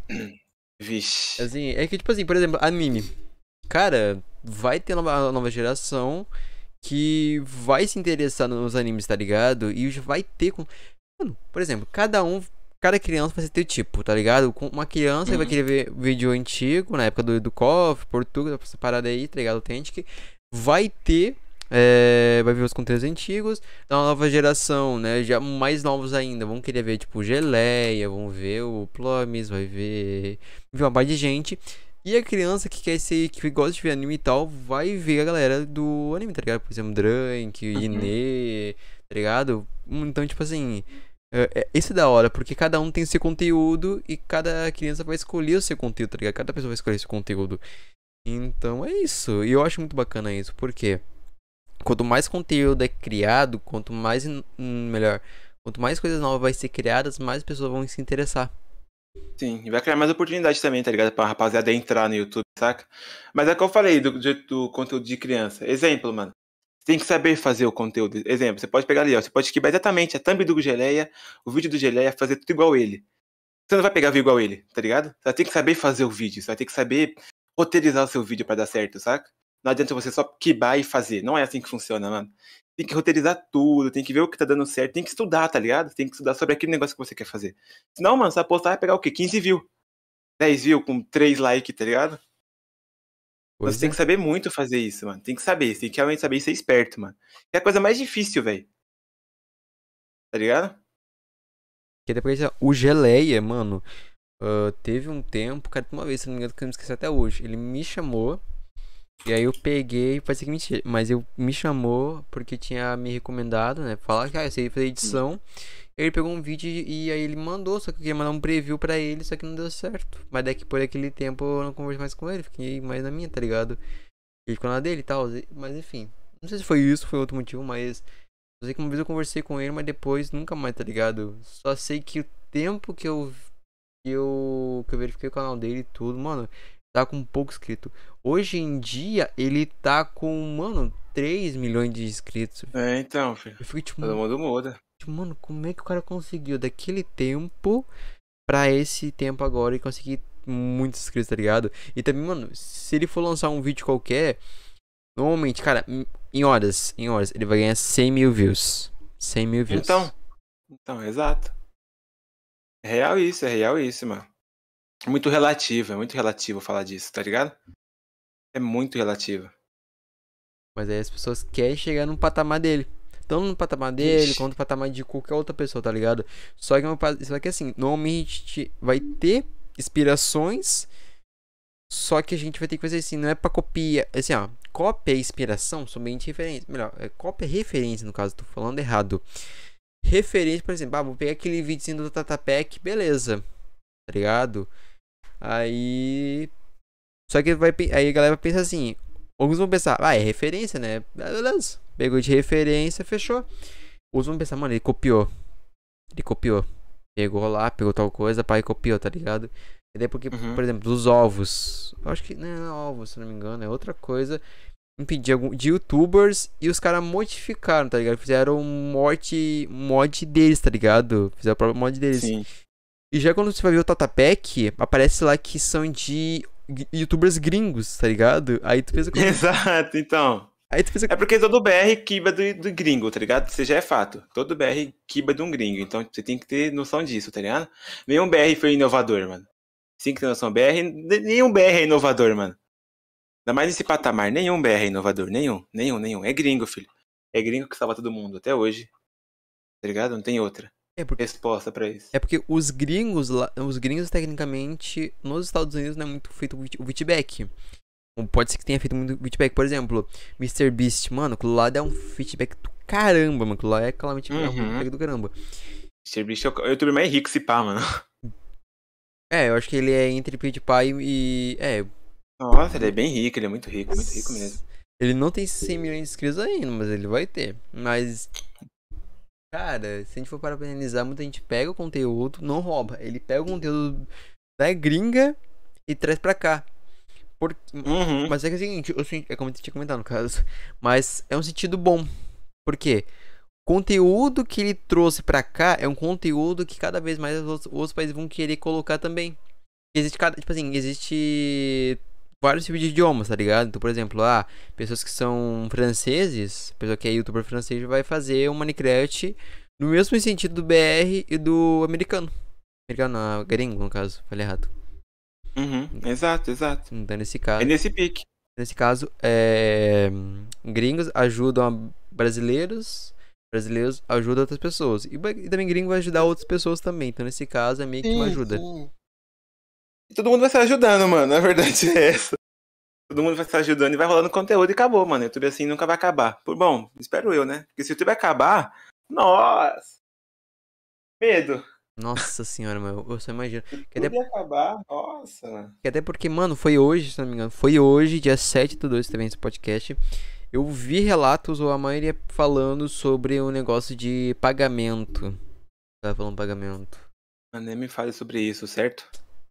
Vixe. Assim, é que, tipo assim, por exemplo, anime. Cara, vai ter uma nova geração que vai se interessar nos animes, tá ligado? E vai ter com. Mano, por exemplo, cada um. Cada criança vai ter tipo, tá ligado? Com uma criança vai Uhum. querer ver vídeo antigo, na época do, do K O F, Portugal, essa parada aí, tá ligado? Authentic. Vai ter. É, vai ver os conteúdos antigos. Da nova geração, né? Já mais novos ainda. Vão querer ver, tipo, Geleia, vão ver o Plomis, vai ver. Ver uma parte de gente. E a criança que quer ser, que gosta de ver anime e tal, vai ver a galera do anime, tá ligado? Por exemplo, Drunk, Uhum. Ine, tá ligado? Então, tipo assim, é, é, esse é da hora, porque cada um tem seu conteúdo e cada criança vai escolher o seu conteúdo, tá ligado? Cada pessoa vai escolher seu conteúdo. Então é isso. E eu acho muito bacana isso, porque quanto mais conteúdo é criado, quanto mais. in- hum, Melhor. Quanto mais coisas novas vai ser criadas, mais pessoas vão se interessar. Sim, e vai criar mais oportunidade também, tá ligado? Pra rapaziada entrar no YouTube, saca? Mas é o que eu falei do, do, do conteúdo de criança. Exemplo, mano. Você tem que saber fazer o conteúdo. Exemplo, você pode pegar ali, ó. Você pode esquivar exatamente a thumb do Geleia, o vídeo do Geleia, fazer tudo igual ele. Você não vai pegar vídeo igual ele, tá ligado? Você vai ter que saber fazer o vídeo. Você vai ter que saber roteirizar o seu vídeo pra dar certo, saca? Não adianta você só quibar e fazer. Não é assim que funciona, mano. Tem que roteirizar tudo, tem que ver o que tá dando certo, tem que estudar, tá ligado? Tem que estudar sobre aquele negócio que você quer fazer. Senão, mano, você vai postar, vai pegar o quê? quinze views. dez views com três likes, tá ligado? Então você Pois tem é. que saber muito fazer isso, mano. Tem que saber, você tem que realmente saber ser esperto, mano. É a coisa mais difícil, velho. Tá ligado? Porque depois o Geleia, mano, ah, teve um tempo, cara, uma vez, se não me engano, que eu não esqueci até hoje. Ele me chamou, e aí eu peguei, parece que mentira, mas eu me chamou porque tinha me recomendado, né? Falar que ah, eu sei fazer edição. Ele pegou um vídeo e aí ele mandou, só que eu queria mandar um preview pra ele, só que não deu certo. Mas daqui por aquele tempo eu não conversei mais com ele, fiquei mais na minha, tá ligado? Ele ficou na dele e tal, mas enfim. Não sei se foi isso, foi outro motivo, mas. Eu sei que uma vez eu conversei com ele, mas depois nunca mais, tá ligado? Só sei que o tempo que eu. Que eu, que eu verifiquei o canal dele e tudo, mano, tá com pouco inscrito. Hoje em dia ele tá com, mano, três milhões de inscritos. É, então, filho. Eu fiquei tipo, Todo mundo muda. tipo, mano, como é que o cara conseguiu daquele tempo pra esse tempo agora e conseguir muitos inscritos, tá ligado? E também, mano, se ele for lançar um vídeo qualquer, normalmente, cara, em em horas, em horas, ele vai ganhar cem mil views. cem mil views. Então, então, exato. É real isso, é real isso, mano. É muito relativo, é muito relativo falar disso, tá ligado? É muito relativo. Mas aí as pessoas querem chegar no patamar dele. Tanto no patamar dele, Ixi. quanto no patamar de qualquer outra pessoa, tá ligado? Só que, é uma pa- só que assim, normalmente vai ter inspirações. Só que a gente vai ter que fazer assim, não é pra copiar. Assim, ó, cópia e inspiração somente referência. Melhor, é cópia e referência, no caso, tô falando errado. Referência, por exemplo, ah, vou pegar aquele videozinho do Tatapec, beleza. Tá ligado? Aí. Só que vai, pe- aí a galera vai pensar assim. Alguns vão pensar, ah, é referência, né? Beleza. Pegou de referência, fechou. Outros vão pensar, mano, ele copiou. Ele copiou. Pegou lá, pegou tal coisa, pai copiou, tá ligado? E daí porque, Uhum. por exemplo, dos ovos. Eu acho que não é ovos, se não me engano, é outra coisa. Impedir algum de youtubers e os caras modificaram, tá ligado? Fizeram um mod, mod deles, tá ligado? Fizeram o próprio mod deles. Sim. E já quando você vai ver o Tatapec, aparece lá que são de g- youtubers gringos, tá ligado? Aí tu pensa como. Exato, então. Aí tu pensa. É porque todo B R quiba do, do gringo, tá ligado? Isso já é fato. Todo B R quiba de um gringo. Então você tem que ter noção disso, tá ligado? Nenhum B R foi inovador, mano. Sim que tem noção. B R, nenhum B R é inovador, mano. Ainda mais nesse patamar. Nenhum B R é inovador. Nenhum, nenhum, nenhum. É gringo, filho. É gringo que salva todo mundo, até hoje. Tá ligado? Não tem outra É porque, resposta pra isso. é porque os gringos lá, os gringos tecnicamente nos Estados Unidos não é muito feito o feed- o feedback. Ou pode ser que tenha feito muito feedback, por exemplo, MrBeast, mano, aquilo lá dá um feedback do caramba, mano. Aquilo lá é claramente é um Uhum. pega do caramba. MrBeast é o youtuber mais rico, se pá, mano. É, eu acho que ele é entre PewDiePie e... É, Nossa, ele é bem rico, ele é muito rico, muito rico mesmo. ele não tem cem milhões de inscritos ainda, mas ele vai ter. Mas, cara, se a gente for para analisar, muita gente pega o conteúdo, não rouba. Ele pega o conteúdo da gringa e traz pra cá. Por... Uhum. Mas é que é o seguinte, eu, é como eu tinha comentado no caso, mas é um sentido bom. Por quê? O conteúdo que ele trouxe pra cá é um conteúdo que cada vez mais os outros, os outros países vão querer colocar também. Existe cada, tipo assim, existe vários tipos de idiomas, tá ligado? Então, por exemplo, ah, pessoas que são franceses, pessoa que é youtuber francês vai fazer um Minecraft no mesmo sentido do B R e do americano. Americano, não, gringo, no caso, falei errado. Uhum. Exato, exato. Então, nesse caso, É nesse pique. nesse caso, é... gringos ajudam a brasileiros, brasileiros ajudam outras pessoas. E, e também gringo vai ajudar outras pessoas também. Então, nesse caso, é meio que uma ajuda. Sim. E todo mundo vai se ajudando, mano. A verdade é essa. Todo mundo vai se ajudando e vai rolando conteúdo e acabou, mano. O YouTube assim nunca vai acabar. Por bom, espero eu, né? Porque se o YouTube acabar, nossa! Medo. Nossa senhora, meu, eu só imagino. Que Tudo até, ia acabar, nossa. que até porque, mano, foi hoje, se não me engano, foi hoje, dia sete do dois, também esse podcast. Eu vi relatos, ou a maioria falando sobre o negócio de pagamento. Tava falando pagamento. Mano, nem me fale sobre isso, certo?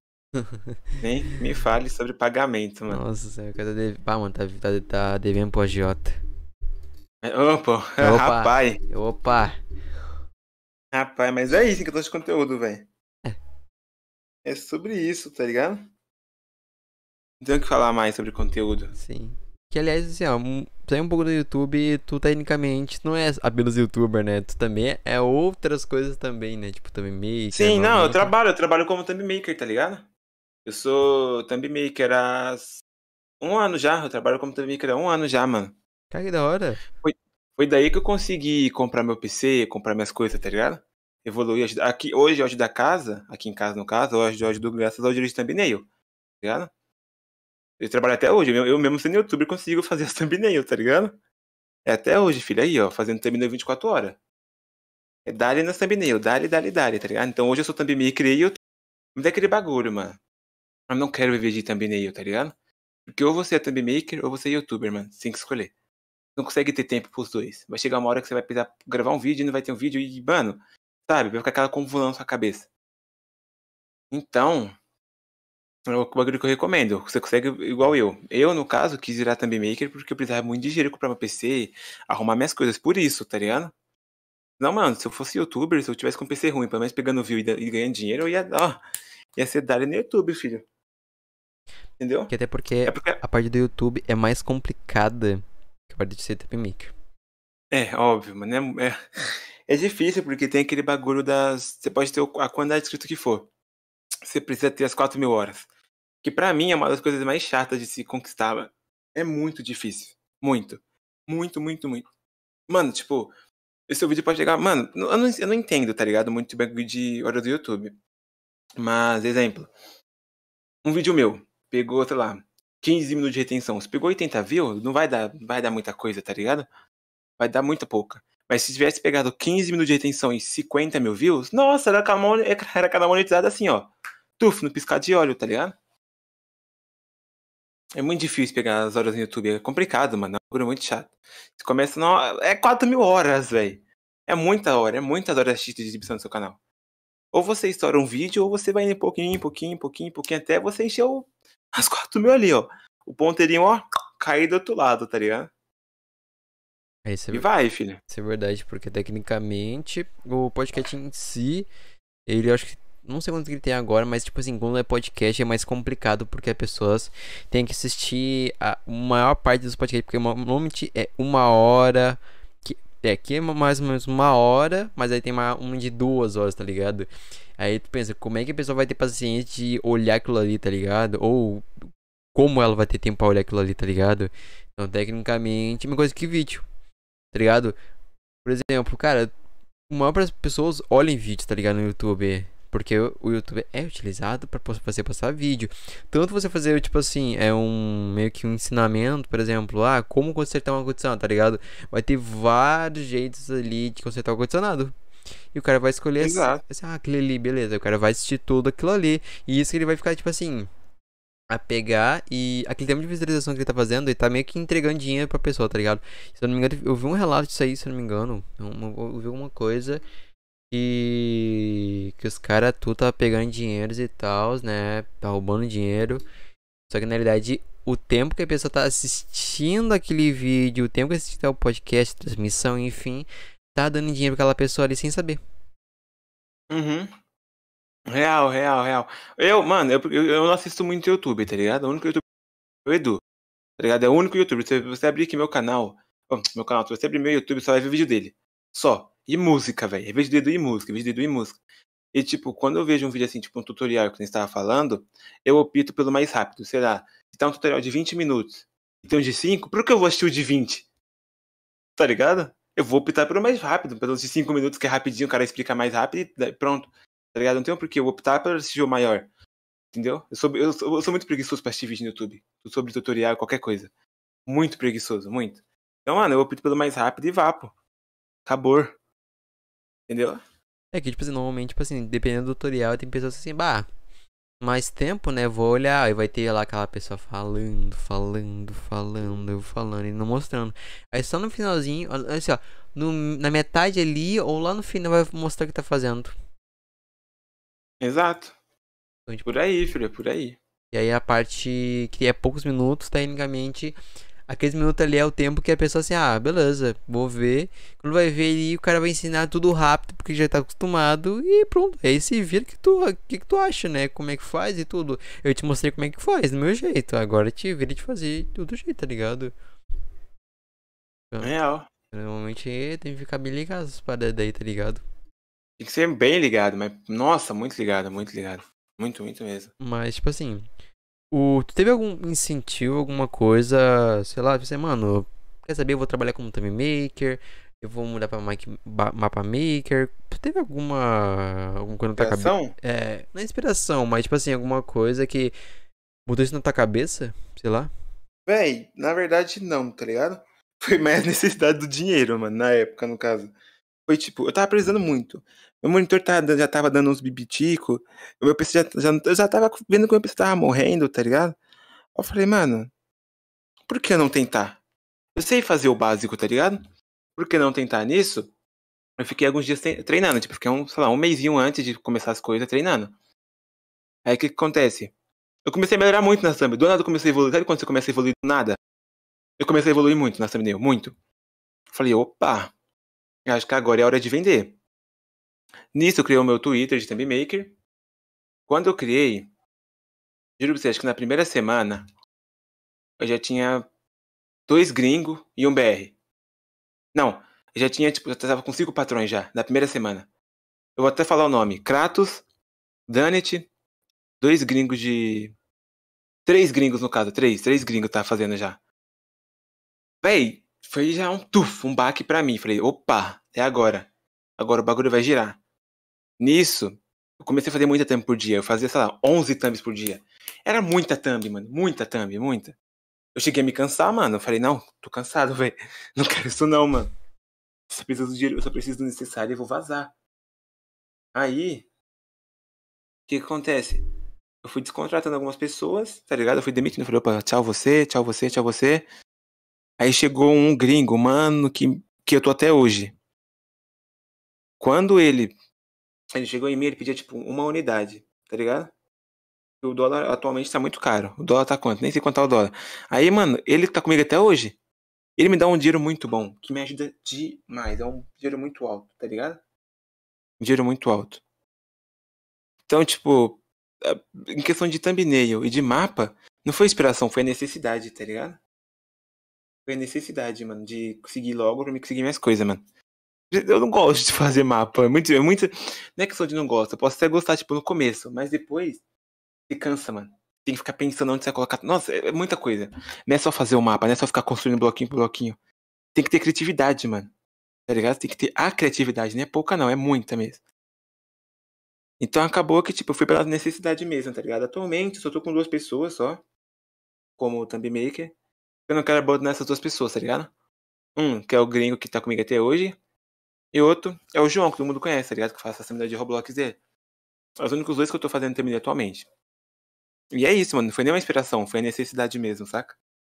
Nem me fale sobre pagamento, mano. Nossa senhora, cada deve... Ah, mano, tá, tá, tá devendo pro agiota. Opa, Opa, rapaz. Opa. Rapaz, mas é isso que eu tô de conteúdo, velho. É. É sobre isso, tá ligado? Não tenho o que falar mais sobre conteúdo. Sim. Que aliás, assim, ó, um, sair um pouco do YouTube, tu tecnicamente não é apenas youtuber, né? Tu também é outras coisas também, né? Tipo, também maker. Sim, não, eu maker. trabalho, eu trabalho como thumb maker, tá ligado? Eu sou thumb maker há um ano já, eu trabalho como thumb maker há um ano já, mano. Cara, que da hora. Foi, foi daí que eu consegui comprar meu P C, comprar minhas coisas, tá ligado? Evoluir, ajudar. Aqui, hoje eu ajudo a casa, aqui em casa no caso, eu ajudo, eu ajudo graças ao direito de thumbnail, tá ligado? Eu trabalho até hoje, eu, eu mesmo sendo youtuber consigo fazer as thumbnail, tá ligado? É até hoje, filho, aí, ó, fazendo thumbnail vinte e quatro horas. É dali na thumbnail, dali, dali, dali, tá ligado? Então hoje eu sou thumb maker e eu me dá aquele bagulho, mano. Eu não quero viver de thumbnail, tá ligado? Porque ou você é thumb maker ou você é youtuber, mano. Você tem que escolher. Não consegue ter tempo pros dois. Vai chegar uma hora que você vai precisar gravar um vídeo e não vai ter um vídeo e, mano, sabe? Vai ficar aquela confusão na sua cabeça. Então, é o bagulho que eu recomendo. Você consegue igual eu. Eu, no caso, quis virar thumb maker porque eu precisava muito de dinheiro comprar meu P C, arrumar minhas coisas. Por isso, tá ligado? Não, mano, se eu fosse youtuber, se eu tivesse com um P C ruim, pelo menos pegando view e, e ganhando dinheiro, eu ia, ó, ia ser dali no YouTube, filho. Entendeu? Que até porque, É porque... a parte do YouTube é mais complicada que a parte de ser thumb maker. É, óbvio, mano. É, é, é difícil porque tem aquele bagulho das... Você pode ter a quantidade de inscritos que for. Você precisa ter as quatro mil horas. Que pra mim é uma das coisas mais chatas de se conquistar, mano. É muito difícil. Muito. Muito, muito, muito. Mano, tipo... Esse vídeo pode chegar... Mano, eu não, eu não entendo, tá ligado? Muito bagulho de hora do YouTube. Mas, exemplo. Um vídeo meu. Pegou, sei lá... quinze minutos de retenção. Se pegou oitenta views, não vai dar, vai dar muita coisa, tá ligado? Vai dar muita pouca. Mas se tivesse pegado quinze minutos de retenção e cinquenta mil views, nossa, era cada monetizada assim, ó. Tuf, no piscar de olho, tá ligado? É muito difícil pegar as horas no YouTube. É complicado, mano. É um bagulho muito chato. Você começa. No... É quatro mil horas, velho. É muita hora. É muitas horas de exibição no seu canal. Ou você estoura um vídeo, ou você vai indo pouquinho, pouquinho, pouquinho, pouquinho, até você encher o... as quatro mil ali, ó. O ponteirinho, ó, cair do outro lado, tá ligado? É, isso é, E vai, filho. Isso é verdade, porque tecnicamente o podcast em si, ele eu acho que. Não sei quanto ele tem agora, mas tipo assim, quando é podcast é mais complicado porque as pessoas têm que assistir a maior parte dos podcasts, porque normalmente é uma hora. Que, é, aqui é mais ou menos uma hora, mas aí tem uma, um de duas horas, tá ligado? Aí tu pensa, como é que a pessoa vai ter paciência de olhar aquilo ali, tá ligado? Ou como ela vai ter tempo pra olhar aquilo ali, tá ligado? Então, tecnicamente, é uma coisa que vídeo, tá ligado? Por exemplo, cara, a maior das pessoas olham vídeos, tá ligado? No YouTube. Porque o o YouTube é utilizado pra pos- você postar vídeo. Tanto você fazer, tipo assim, é um meio que um ensinamento, por exemplo, ah, como consertar um ar-condicionado, tá ligado? Vai ter vários jeitos ali de consertar o ar-condicionado. E o cara vai escolher assim, Exato. assim, ah, aquele ali, beleza. O cara vai assistir tudo aquilo ali. E isso que ele vai ficar, tipo assim, a pegar e aquele tempo de visualização que ele tá fazendo, ele tá meio que entregando dinheiro pra pessoa, tá ligado? Se eu não me engano, eu vi um relato disso aí, se eu não me engano. Eu, eu, eu vi alguma coisa que, que os caras tudo tá pegando dinheiros e tal, né? Tá roubando dinheiro. Só que na realidade, o tempo que a pessoa tá assistindo aquele vídeo, o tempo que assiste o podcast, transmissão, enfim, tá dando dinheiro pra aquela pessoa ali sem saber. Uhum. Real, real, real. Eu, mano, eu, eu, eu não assisto muito YouTube, tá ligado? O único YouTube é o Edu, tá ligado? É o único YouTube. Se você abrir aqui meu canal, ó, meu canal, se você abrir meu YouTube, só vai ver vídeo dele. Só. E música, velho. É vídeo do Edu e música, vídeo do Edu e música. E, tipo, quando eu vejo um vídeo assim, tipo um tutorial que a gente tava falando, eu opto pelo mais rápido. Sei lá, se tá um tutorial de vinte minutos e tem um de cinco, por que eu vou assistir o de vinte? Tá ligado? Eu vou optar pelo mais rápido, pelos de cinco minutos, que é rapidinho, o cara explica mais rápido e daí pronto. Tá ligado? Não tem um porquê eu optar pelo assistir o maior. Entendeu? Eu sou, eu sou, eu sou muito preguiçoso pra assistir vídeo no YouTube. Sobre tutorial, qualquer coisa. Muito preguiçoso, muito. Então, mano, eu opto pelo mais rápido e vá, pô. Acabou. Entendeu? É que, tipo assim, normalmente, tipo assim, dependendo do tutorial, tem pessoas assim, bah, mais tempo, né? Vou olhar e vai ter lá aquela pessoa falando, falando, falando, falando e não mostrando. Aí só no finalzinho, olha assim, ó, no, na metade ali ou lá no final vai mostrar o que tá fazendo. Exato. Então, tipo, Por aí, filho, é por aí. e aí a parte que é poucos minutos, tecnicamente, aqueles minutos ali é o tempo que a pessoa assim, ah, beleza, vou ver. Quando vai ver ali, o cara vai ensinar tudo rápido, porque já tá acostumado, e pronto. Aí se vira que tu, que, que tu acha, né? Como é que faz e tudo. Eu te mostrei como é que faz, do meu jeito. Agora te vira de fazer do outro jeito, tá ligado? Então, Real. normalmente tem que ficar bem ligado essas paradas daí, tá ligado? Tem que ser bem ligado, mas, nossa, muito ligado, muito ligado. Muito, muito mesmo. Mas, tipo assim, o, tu teve algum incentivo, alguma coisa, sei lá, você, mano, quer saber, eu vou trabalhar como time maker, eu vou mudar pra mic- ba- mapa maker. Tu teve alguma, alguma coisa na tua cabeça? Inspiração? É, não é inspiração, mas tipo assim, alguma coisa que mudou isso na tua cabeça? Sei lá. Véi, na verdade não, tá ligado? Foi mais necessidade do dinheiro, mano, na época, no caso. Foi tipo, eu tava precisando muito. Meu monitor tá, já tava dando uns bibitico. O meu P C já, já, eu já tava vendo que o meu P C tava morrendo, tá ligado? Eu falei, mano, por que não tentar? Eu sei fazer o básico, tá ligado? Por que não tentar nisso? Eu fiquei alguns dias tre- treinando, tipo, fiquei um, sei lá, um mesinho antes de começar as coisas treinando. Aí o que que acontece? Eu comecei a melhorar muito na Thumb. Do nada eu comecei a evoluir. Sabe quando você começa a evoluir do nada? Eu comecei a evoluir muito na Thumbnail, muito. Falei, opa, acho que agora é hora de vender. Nisso eu criei o meu Twitter de Thumb Maker. Quando eu criei, juro pra você, acho que na primeira semana eu já tinha dois gringos e um B R. Não, eu já tinha, tipo, eu tava com cinco patrões já, na primeira semana. Eu vou até falar o nome. Kratos, Danet, dois gringos de... Três gringos no caso, três, três gringos tá fazendo já. Véi, foi já um tuf, um baque pra mim. Falei, opa, é agora. Agora o bagulho vai girar. Nisso, eu comecei a fazer muita thumb por dia. Eu fazia, sei lá, onze thumbs por dia. Era muita thumb, mano. Muita thumb, muita. Eu cheguei a me cansar, mano. Eu falei, não, tô cansado, velho. Não quero isso não, mano. Só preciso do dinheiro, eu só preciso do necessário e vou vazar. Aí, o que que acontece? Eu fui descontratando algumas pessoas, tá ligado? Eu fui demitindo. Eu falei, opa, tchau você, tchau você, tchau você. Aí chegou um gringo, mano, que, que eu tô até hoje. Quando ele, ele chegou em mim, ele pedia, tipo, uma unidade, tá ligado? O dólar atualmente tá muito caro. O dólar tá quanto? Nem sei quanto tá o dólar. Aí, mano, ele tá comigo até hoje. Ele me dá um dinheiro muito bom, que me ajuda demais. É um dinheiro muito alto, tá ligado? Um dinheiro muito alto. Então, tipo, é, em questão de thumbnail e de mapa, não foi inspiração, foi necessidade, tá ligado? Foi necessidade, mano, de conseguir logo pra me conseguir minhas coisas, mano. Eu não gosto de fazer mapa. É muito, é muito. Não é questão de não gosto. Eu posso até gostar, tipo, no começo, mas depois se cansa, mano. Tem que ficar pensando onde você vai colocar. Nossa, é é muita coisa. Não é só fazer o mapa, não é só ficar construindo bloquinho por bloquinho. Tem que ter criatividade, mano. Tá ligado? Tem que ter a criatividade. Não é pouca, não, é muita mesmo. Então acabou que, tipo, eu fui pela necessidade mesmo, tá ligado? Atualmente, eu só tô com duas pessoas só, como thumb maker. Eu não quero abandonar essas duas pessoas, tá ligado? Um, que é o gringo que tá comigo até hoje. E outro é o João, que todo mundo conhece, tá ligado? Que faz a assembleia de Roblox dele. São os únicos dois que eu tô fazendo thumb atualmente. E é isso, mano. Não foi nem uma inspiração, foi a necessidade mesmo, saca?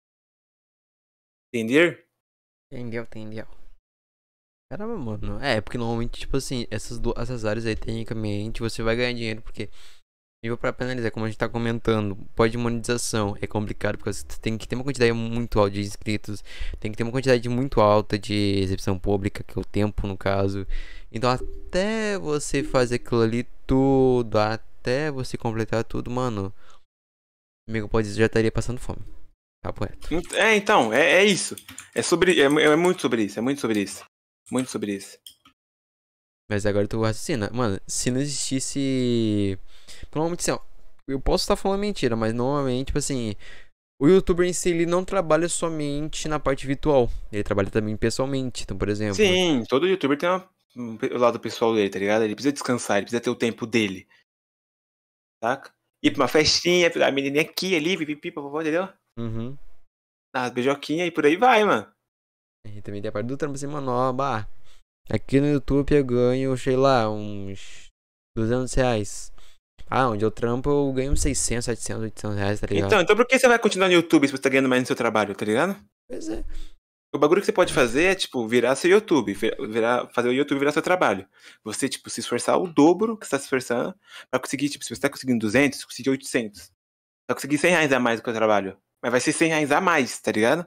Entender? Entendeu, entendeu. Caramba, mano. É, porque normalmente, tipo assim, essas, du- essas áreas aí, tecnicamente, você vai ganhar dinheiro, porque, nível pra penalizar, como a gente tá comentando, pode monetização, é complicado, porque você tem que ter uma quantidade muito alta de inscritos, tem que ter uma quantidade muito alta de exibição pública, que é o tempo, no caso. Então, até você fazer aquilo ali tudo, até você completar tudo, mano, amigo pode dizer, já estaria passando fome. Papo reto. É, então, é, é isso. É sobre. É, é muito sobre isso, é muito sobre isso. Muito sobre isso. Mas agora tu raciocina. Mano, se não existisse. Provavelmente assim, ó. Eu posso estar falando mentira, mas normalmente, tipo assim. O youtuber em si, ele não trabalha somente na parte virtual. Ele trabalha também pessoalmente. Então, por exemplo. Sim, todo youtuber tem uma, um, pe- o lado pessoal dele, tá ligado? Ele precisa descansar, ele precisa ter o tempo dele, saca? Ir pra uma festinha, a menininha aqui, ali, pipipi, papapá, entendeu? Uhum. As beijoquinhas e por aí vai, mano. E também tem a parte do trampo assim, mano. Ó, bah. Aqui no YouTube eu ganho, sei lá, uns duzentos reais. Ah, onde eu trampo eu ganho uns seiscentos, setecentos, oitocentos reais, tá ligado? Então, então por que você vai continuar no YouTube se você tá ganhando mais no seu trabalho, tá ligado? Pois é. O bagulho que você pode fazer é, tipo, virar seu YouTube, vi- virar, fazer o YouTube virar seu trabalho. Você, tipo, se esforçar o dobro que você tá se esforçando pra conseguir, tipo, se você tá conseguindo duzentos, conseguir oitocentos. Vai conseguir cem reais a mais do que eu trabalho. Mas vai ser cem reais a mais, tá ligado?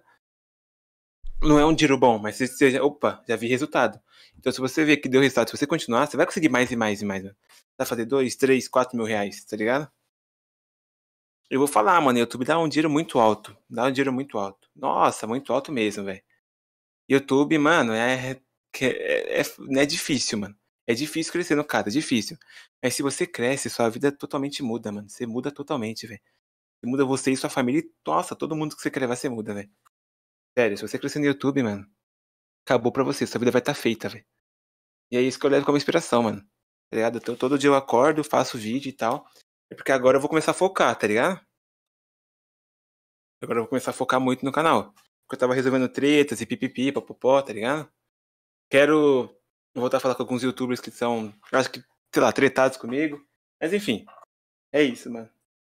Não é um dinheiro bom, mas se você, opa, já vi resultado. Então, se você ver que deu resultado, se você continuar, você vai conseguir mais e mais e mais, mano. Vai fazer dois, três, quatro mil reais, tá ligado? Eu vou falar, mano, o YouTube dá um dinheiro muito alto. Dá um dinheiro muito alto. Nossa, muito alto mesmo, velho. YouTube, mano, é, que- é, é, não é difícil, mano. É difícil crescer no cara, é difícil. Mas se você cresce, sua vida totalmente muda, mano. Você muda totalmente, velho. Você muda você e sua família e, nossa, todo mundo que você quer levar, você muda, velho. Sério, se você crescer no YouTube, mano, acabou pra você. Sua vida vai estar feita, velho. E é isso que eu levo como inspiração, mano. Tá ligado? Então, todo dia eu acordo, faço vídeo e tal. É porque agora eu vou começar a focar, tá ligado? Agora eu vou começar a focar muito no canal. Porque eu tava resolvendo tretas e pipipi, papopó, tá ligado? Quero voltar a falar com alguns youtubers que são, eu acho que, sei lá, tretados comigo. Mas enfim, é isso, mano.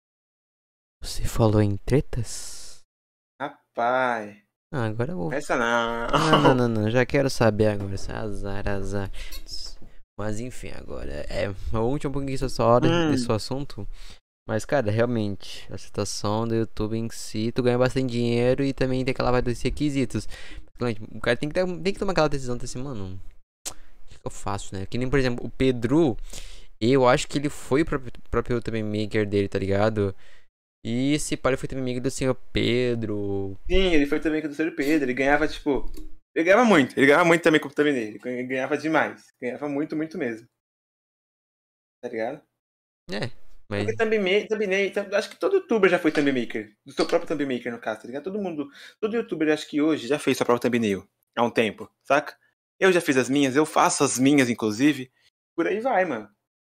Você falou em tretas? Rapaz, Ah, agora eu vou. essa não. Não, não, não, não. Já quero saber agora. Esse azar, azar. Mas enfim, agora. É. Eu vou um pouquinho dessa hora Hum, desse assunto. Mas, cara, realmente, a situação do YouTube em si, tu ganha bastante dinheiro e também tem aquela vai dos requisitos. O cara tem que, ter, tem que tomar aquela decisão, tá assim, mano. O que, que eu faço, né? Que nem, por exemplo, o Pedro, eu acho que ele foi o próprio, próprio YouTube Maker dele, tá ligado? E esse pai foi também amigo do senhor Pedro. sim, ele foi também com o terceiro Pedro. Ele ganhava, tipo. Ele ganhava muito. Ele ganhava muito também com o Thumb nele. Ele ganhava demais. Ganhava muito, muito mesmo. Tá ligado? É, Porque mas. Thumb Thumbnail, thumb- acho que todo youtuber já foi Thumb Maker. Do seu próprio Thumb Maker, no caso, tá ligado? Todo mundo. Todo youtuber, acho que hoje, já fez sua própria thumbnail. Há um tempo, saca? Eu já fiz as minhas, eu faço as minhas, inclusive. Por aí vai, mano.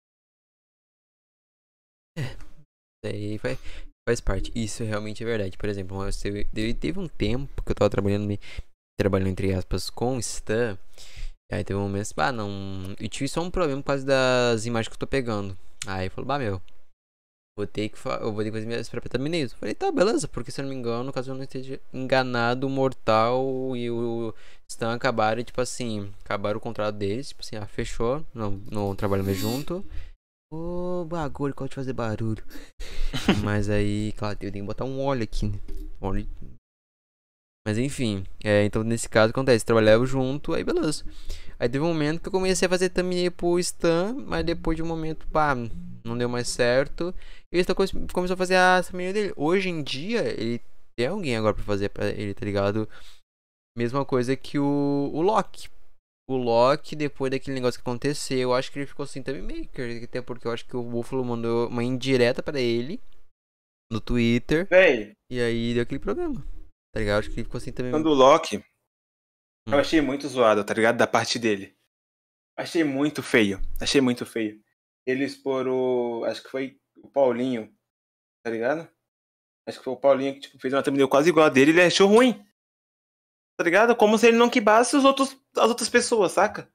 Daí vai, faz parte. Isso realmente é verdade. Por exemplo, mas teve, teve teve um tempo que eu tava trabalhando, me- trabalhando entre aspas, com Stan. E aí teve um momento, ah, não. Eu tive só um problema por causa das imagens que eu tô pegando. Aí falou, bah, meu, vou ter que, fa- eu vou ter que fazer minhas próprias thumbnails. Falei, tá, beleza, porque se eu não me engano, caso eu não esteja enganado, o Mortal e o Stan acabaram, tipo assim, acabaram o contrato deles, tipo assim, ah, fechou, não, não trabalhamos mais junto. Ô, bagulho, pode fazer barulho. Mas aí, claro, eu tenho que botar um óleo aqui, né? Óleo. Mas enfim, é, então nesse caso acontece, trabalhava junto, aí beleza. Aí teve um momento que eu comecei a fazer thumbnail pro Stan, mas depois de um momento, pá, não deu mais certo. E o Stan come- começou a fazer a thumbnail dele. Hoje em dia, ele tem alguém agora pra fazer pra ele, tá ligado? Mesma coisa que o, o Loki. O Loki, depois daquele negócio que aconteceu, eu acho que ele ficou sem thumb maker. Até porque eu acho que o Buffalo mandou uma indireta pra ele no Twitter. Véi, E aí deu aquele problema. Tá ligado? Acho que ele ficou sem thumb quando maker. o Loki, eu Hum. achei muito zoado, tá ligado? Da parte dele. Achei muito feio. Achei muito feio. eles foram. Acho que foi o Paulinho, tá ligado? Acho que foi o Paulinho que tipo, fez uma thumbnail quase igual a dele, ele achou ruim. Tá ligado? Como se ele não quibasse os outros, as outras pessoas, saca?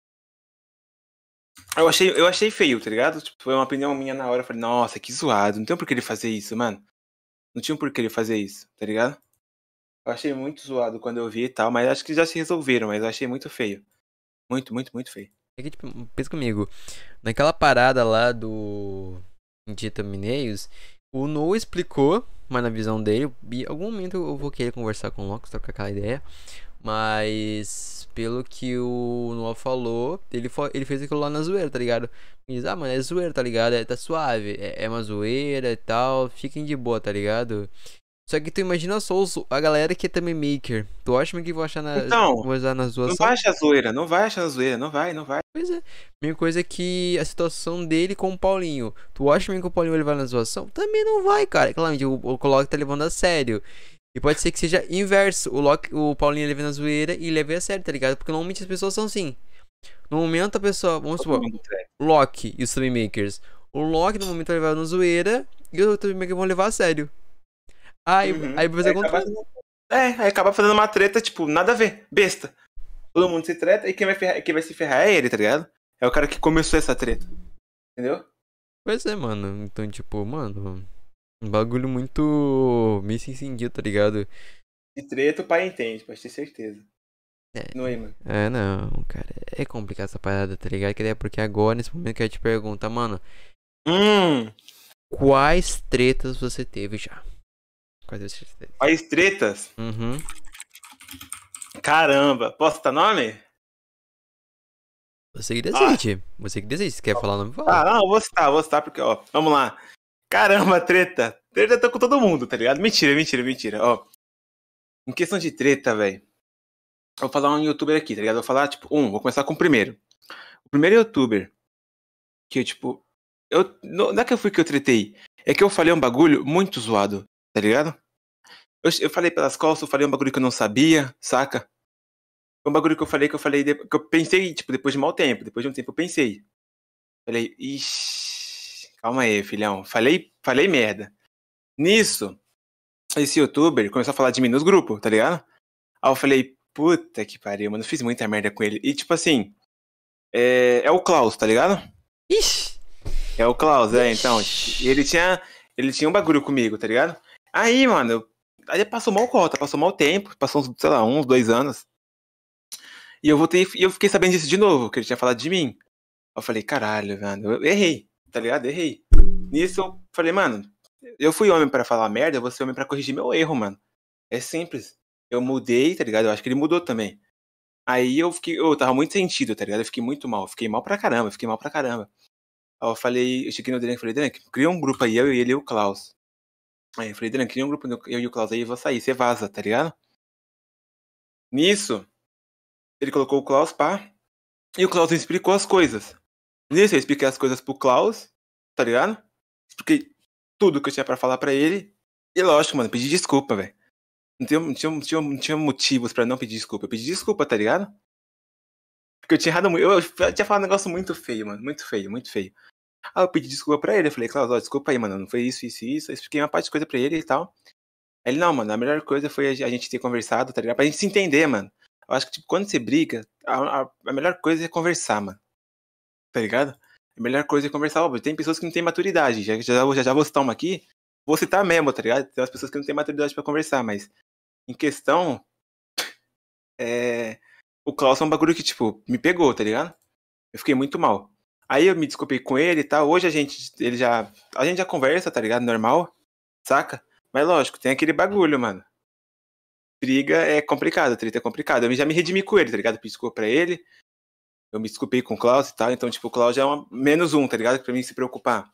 Eu achei, eu achei feio, tá ligado? Tipo, foi uma opinião minha na hora. Eu falei, nossa, que zoado. Não tem por que ele fazer isso, mano. Não tinha por que ele fazer isso, tá ligado? Eu achei muito zoado quando eu vi e tal, mas acho que já se resolveram, mas eu achei muito feio. Muito, muito, muito feio. É que, tipo, pensa comigo. Naquela parada lá do Dita Mineios, o Noah explicou, mas na visão dele, em algum momento eu vou querer conversar com o Locks, trocar aquela ideia. Mas, pelo que o Noah falou, ele, fo- ele fez aquilo lá na zoeira, tá ligado? Ele diz, ah, mano, é zoeira, tá ligado? É, tá suave, é, é uma zoeira e tal, fiquem de boa, tá ligado? Só que tu imagina só os- a galera que é também maker. Tu acha mesmo que vão achar na, Então, vão usar na não zoação? vai achar zoeira, não vai achar zoeira, não vai, não vai. Pois é. Mesma coisa que a situação dele com o Paulinho. Tu acha mesmo que o Paulinho vai levar na zoação? Também não vai, cara. Claramente, o, o Loki tá levando a sério. E pode ser que seja inverso. O, Loki, o Paulinho leve na zoeira e leve a sério, tá ligado? Porque normalmente as pessoas são assim. No momento a pessoa, vamos Todo supor, mundo treta. o Loki e os Makers. O Loki no momento vai levar na zoeira e os Makers vão levar a sério. Aí, Uhum. aí vai fazer Aí o acaba, contrário. é, aí acaba fazendo uma treta, tipo, nada a ver, besta. Todo mundo se treta e quem vai, ferrar, quem vai se ferrar é ele, tá ligado? É o cara que começou essa treta. Entendeu? Pois é, mano. Então, tipo, mano. Um bagulho muito. Meio sem sentido, tá ligado? De treta o pai entende, pode ter certeza. É, Não é, mano? é, não, cara. É complicado essa parada, tá ligado? Que é porque agora, nesse momento que eu te pergunta, mano. Hum, Quais tretas você teve já? Quais tretas você teve? faz tretas? Uhum. Caramba, posso citar nome? Você que decide. Você que decide. Se quer falar o nome, Ah, fala. não, eu vou citar, vou citar porque, ó, vamos lá. Caramba, treta. Treta tá com todo mundo, tá ligado? Mentira, mentira, mentira. Ó, em questão de treta, velho. Eu vou falar um youtuber aqui, tá ligado? Eu vou falar, tipo, um, vou começar com o primeiro. O primeiro youtuber que eu, tipo. Eu, não não é que eu fui que eu tretei. É que eu falei um bagulho muito zoado, tá ligado? Eu, eu falei pelas costas, eu falei um bagulho que eu não sabia, saca? Foi um bagulho que eu falei que eu falei. de- Que eu pensei, tipo, depois de mau tempo. Depois de um tempo eu pensei. Falei, ixi, calma aí, filhão. Falei, falei merda. Nisso, esse youtuber começou a falar de mim nos grupos, tá ligado? Aí eu falei, puta que pariu, mano, eu fiz muita merda com ele. E tipo assim, é, é o Klaus, tá ligado? Ixi! É o Klaus, é, então. E ele tinha, ele tinha um bagulho comigo, tá ligado? Aí, mano, eu- aí passou mal cota, passou mal tempo, passou uns, sei lá, uns dois anos. E eu voltei, e eu fiquei sabendo disso de novo, que ele tinha falado de mim. Eu falei, caralho, mano, eu errei, tá ligado? Errei. Nisso eu falei, mano, eu fui homem pra falar merda, eu vou ser homem pra corrigir meu erro, mano. É simples. Eu mudei, tá ligado? Eu acho que ele mudou também. Aí eu fiquei, eu tava muito sentido, tá ligado? Eu fiquei muito mal, fiquei mal pra caramba, fiquei mal pra caramba. Aí eu falei, eu cheguei no Drank e falei, Drank, cria um grupo aí, eu e ele e o Klaus. Aí eu falei, Drank, cria um grupo, eu e o Klaus aí, eu vou sair, você vaza, tá ligado? Nisso, ele colocou o Klaus, pá, e o Klaus me explicou as coisas. Nisso eu expliquei as coisas pro Klaus, tá ligado? Expliquei tudo que eu tinha pra falar pra ele. E lógico, mano, pedi desculpa, velho. Não tinha, não, tinha, não, tinha, não tinha motivos pra não pedir desculpa. Eu pedi desculpa, tá ligado? Porque eu tinha errado muito. Eu, eu tinha falado um negócio muito feio, mano. Muito feio, muito feio. Aí eu pedi desculpa pra ele. Eu falei, Klaus, ó, desculpa aí, mano. Não foi isso, isso e isso. Eu expliquei uma parte de coisa pra ele e tal. Aí ele, não, mano, a melhor coisa foi a gente ter conversado, tá ligado? Pra gente se entender, mano. Eu acho que, tipo, quando você briga, a, a, a melhor coisa é conversar, mano. Tá ligado? A melhor coisa é conversar, óbvio. Tem pessoas que não têm maturidade. Já, já, já, já vou citar uma aqui. Vou citar mesmo, tá ligado? Tem umas pessoas que não têm maturidade pra conversar, mas em questão, é... o Klaus é um bagulho que, tipo, me pegou, tá ligado? Eu fiquei muito mal. Aí eu me desculpei com ele e tal. Hoje a gente, ele já, a gente já conversa, tá ligado? Normal, saca? Mas lógico, tem aquele bagulho, mano. Briga é complicado, treta é complicado. Eu já me redimi com ele, tá ligado? Pedi desculpa pra ele. Eu me desculpei com o Klaus e tal. Então, tipo, o Klaus já é uma... menos um, tá ligado? Pra mim se preocupar.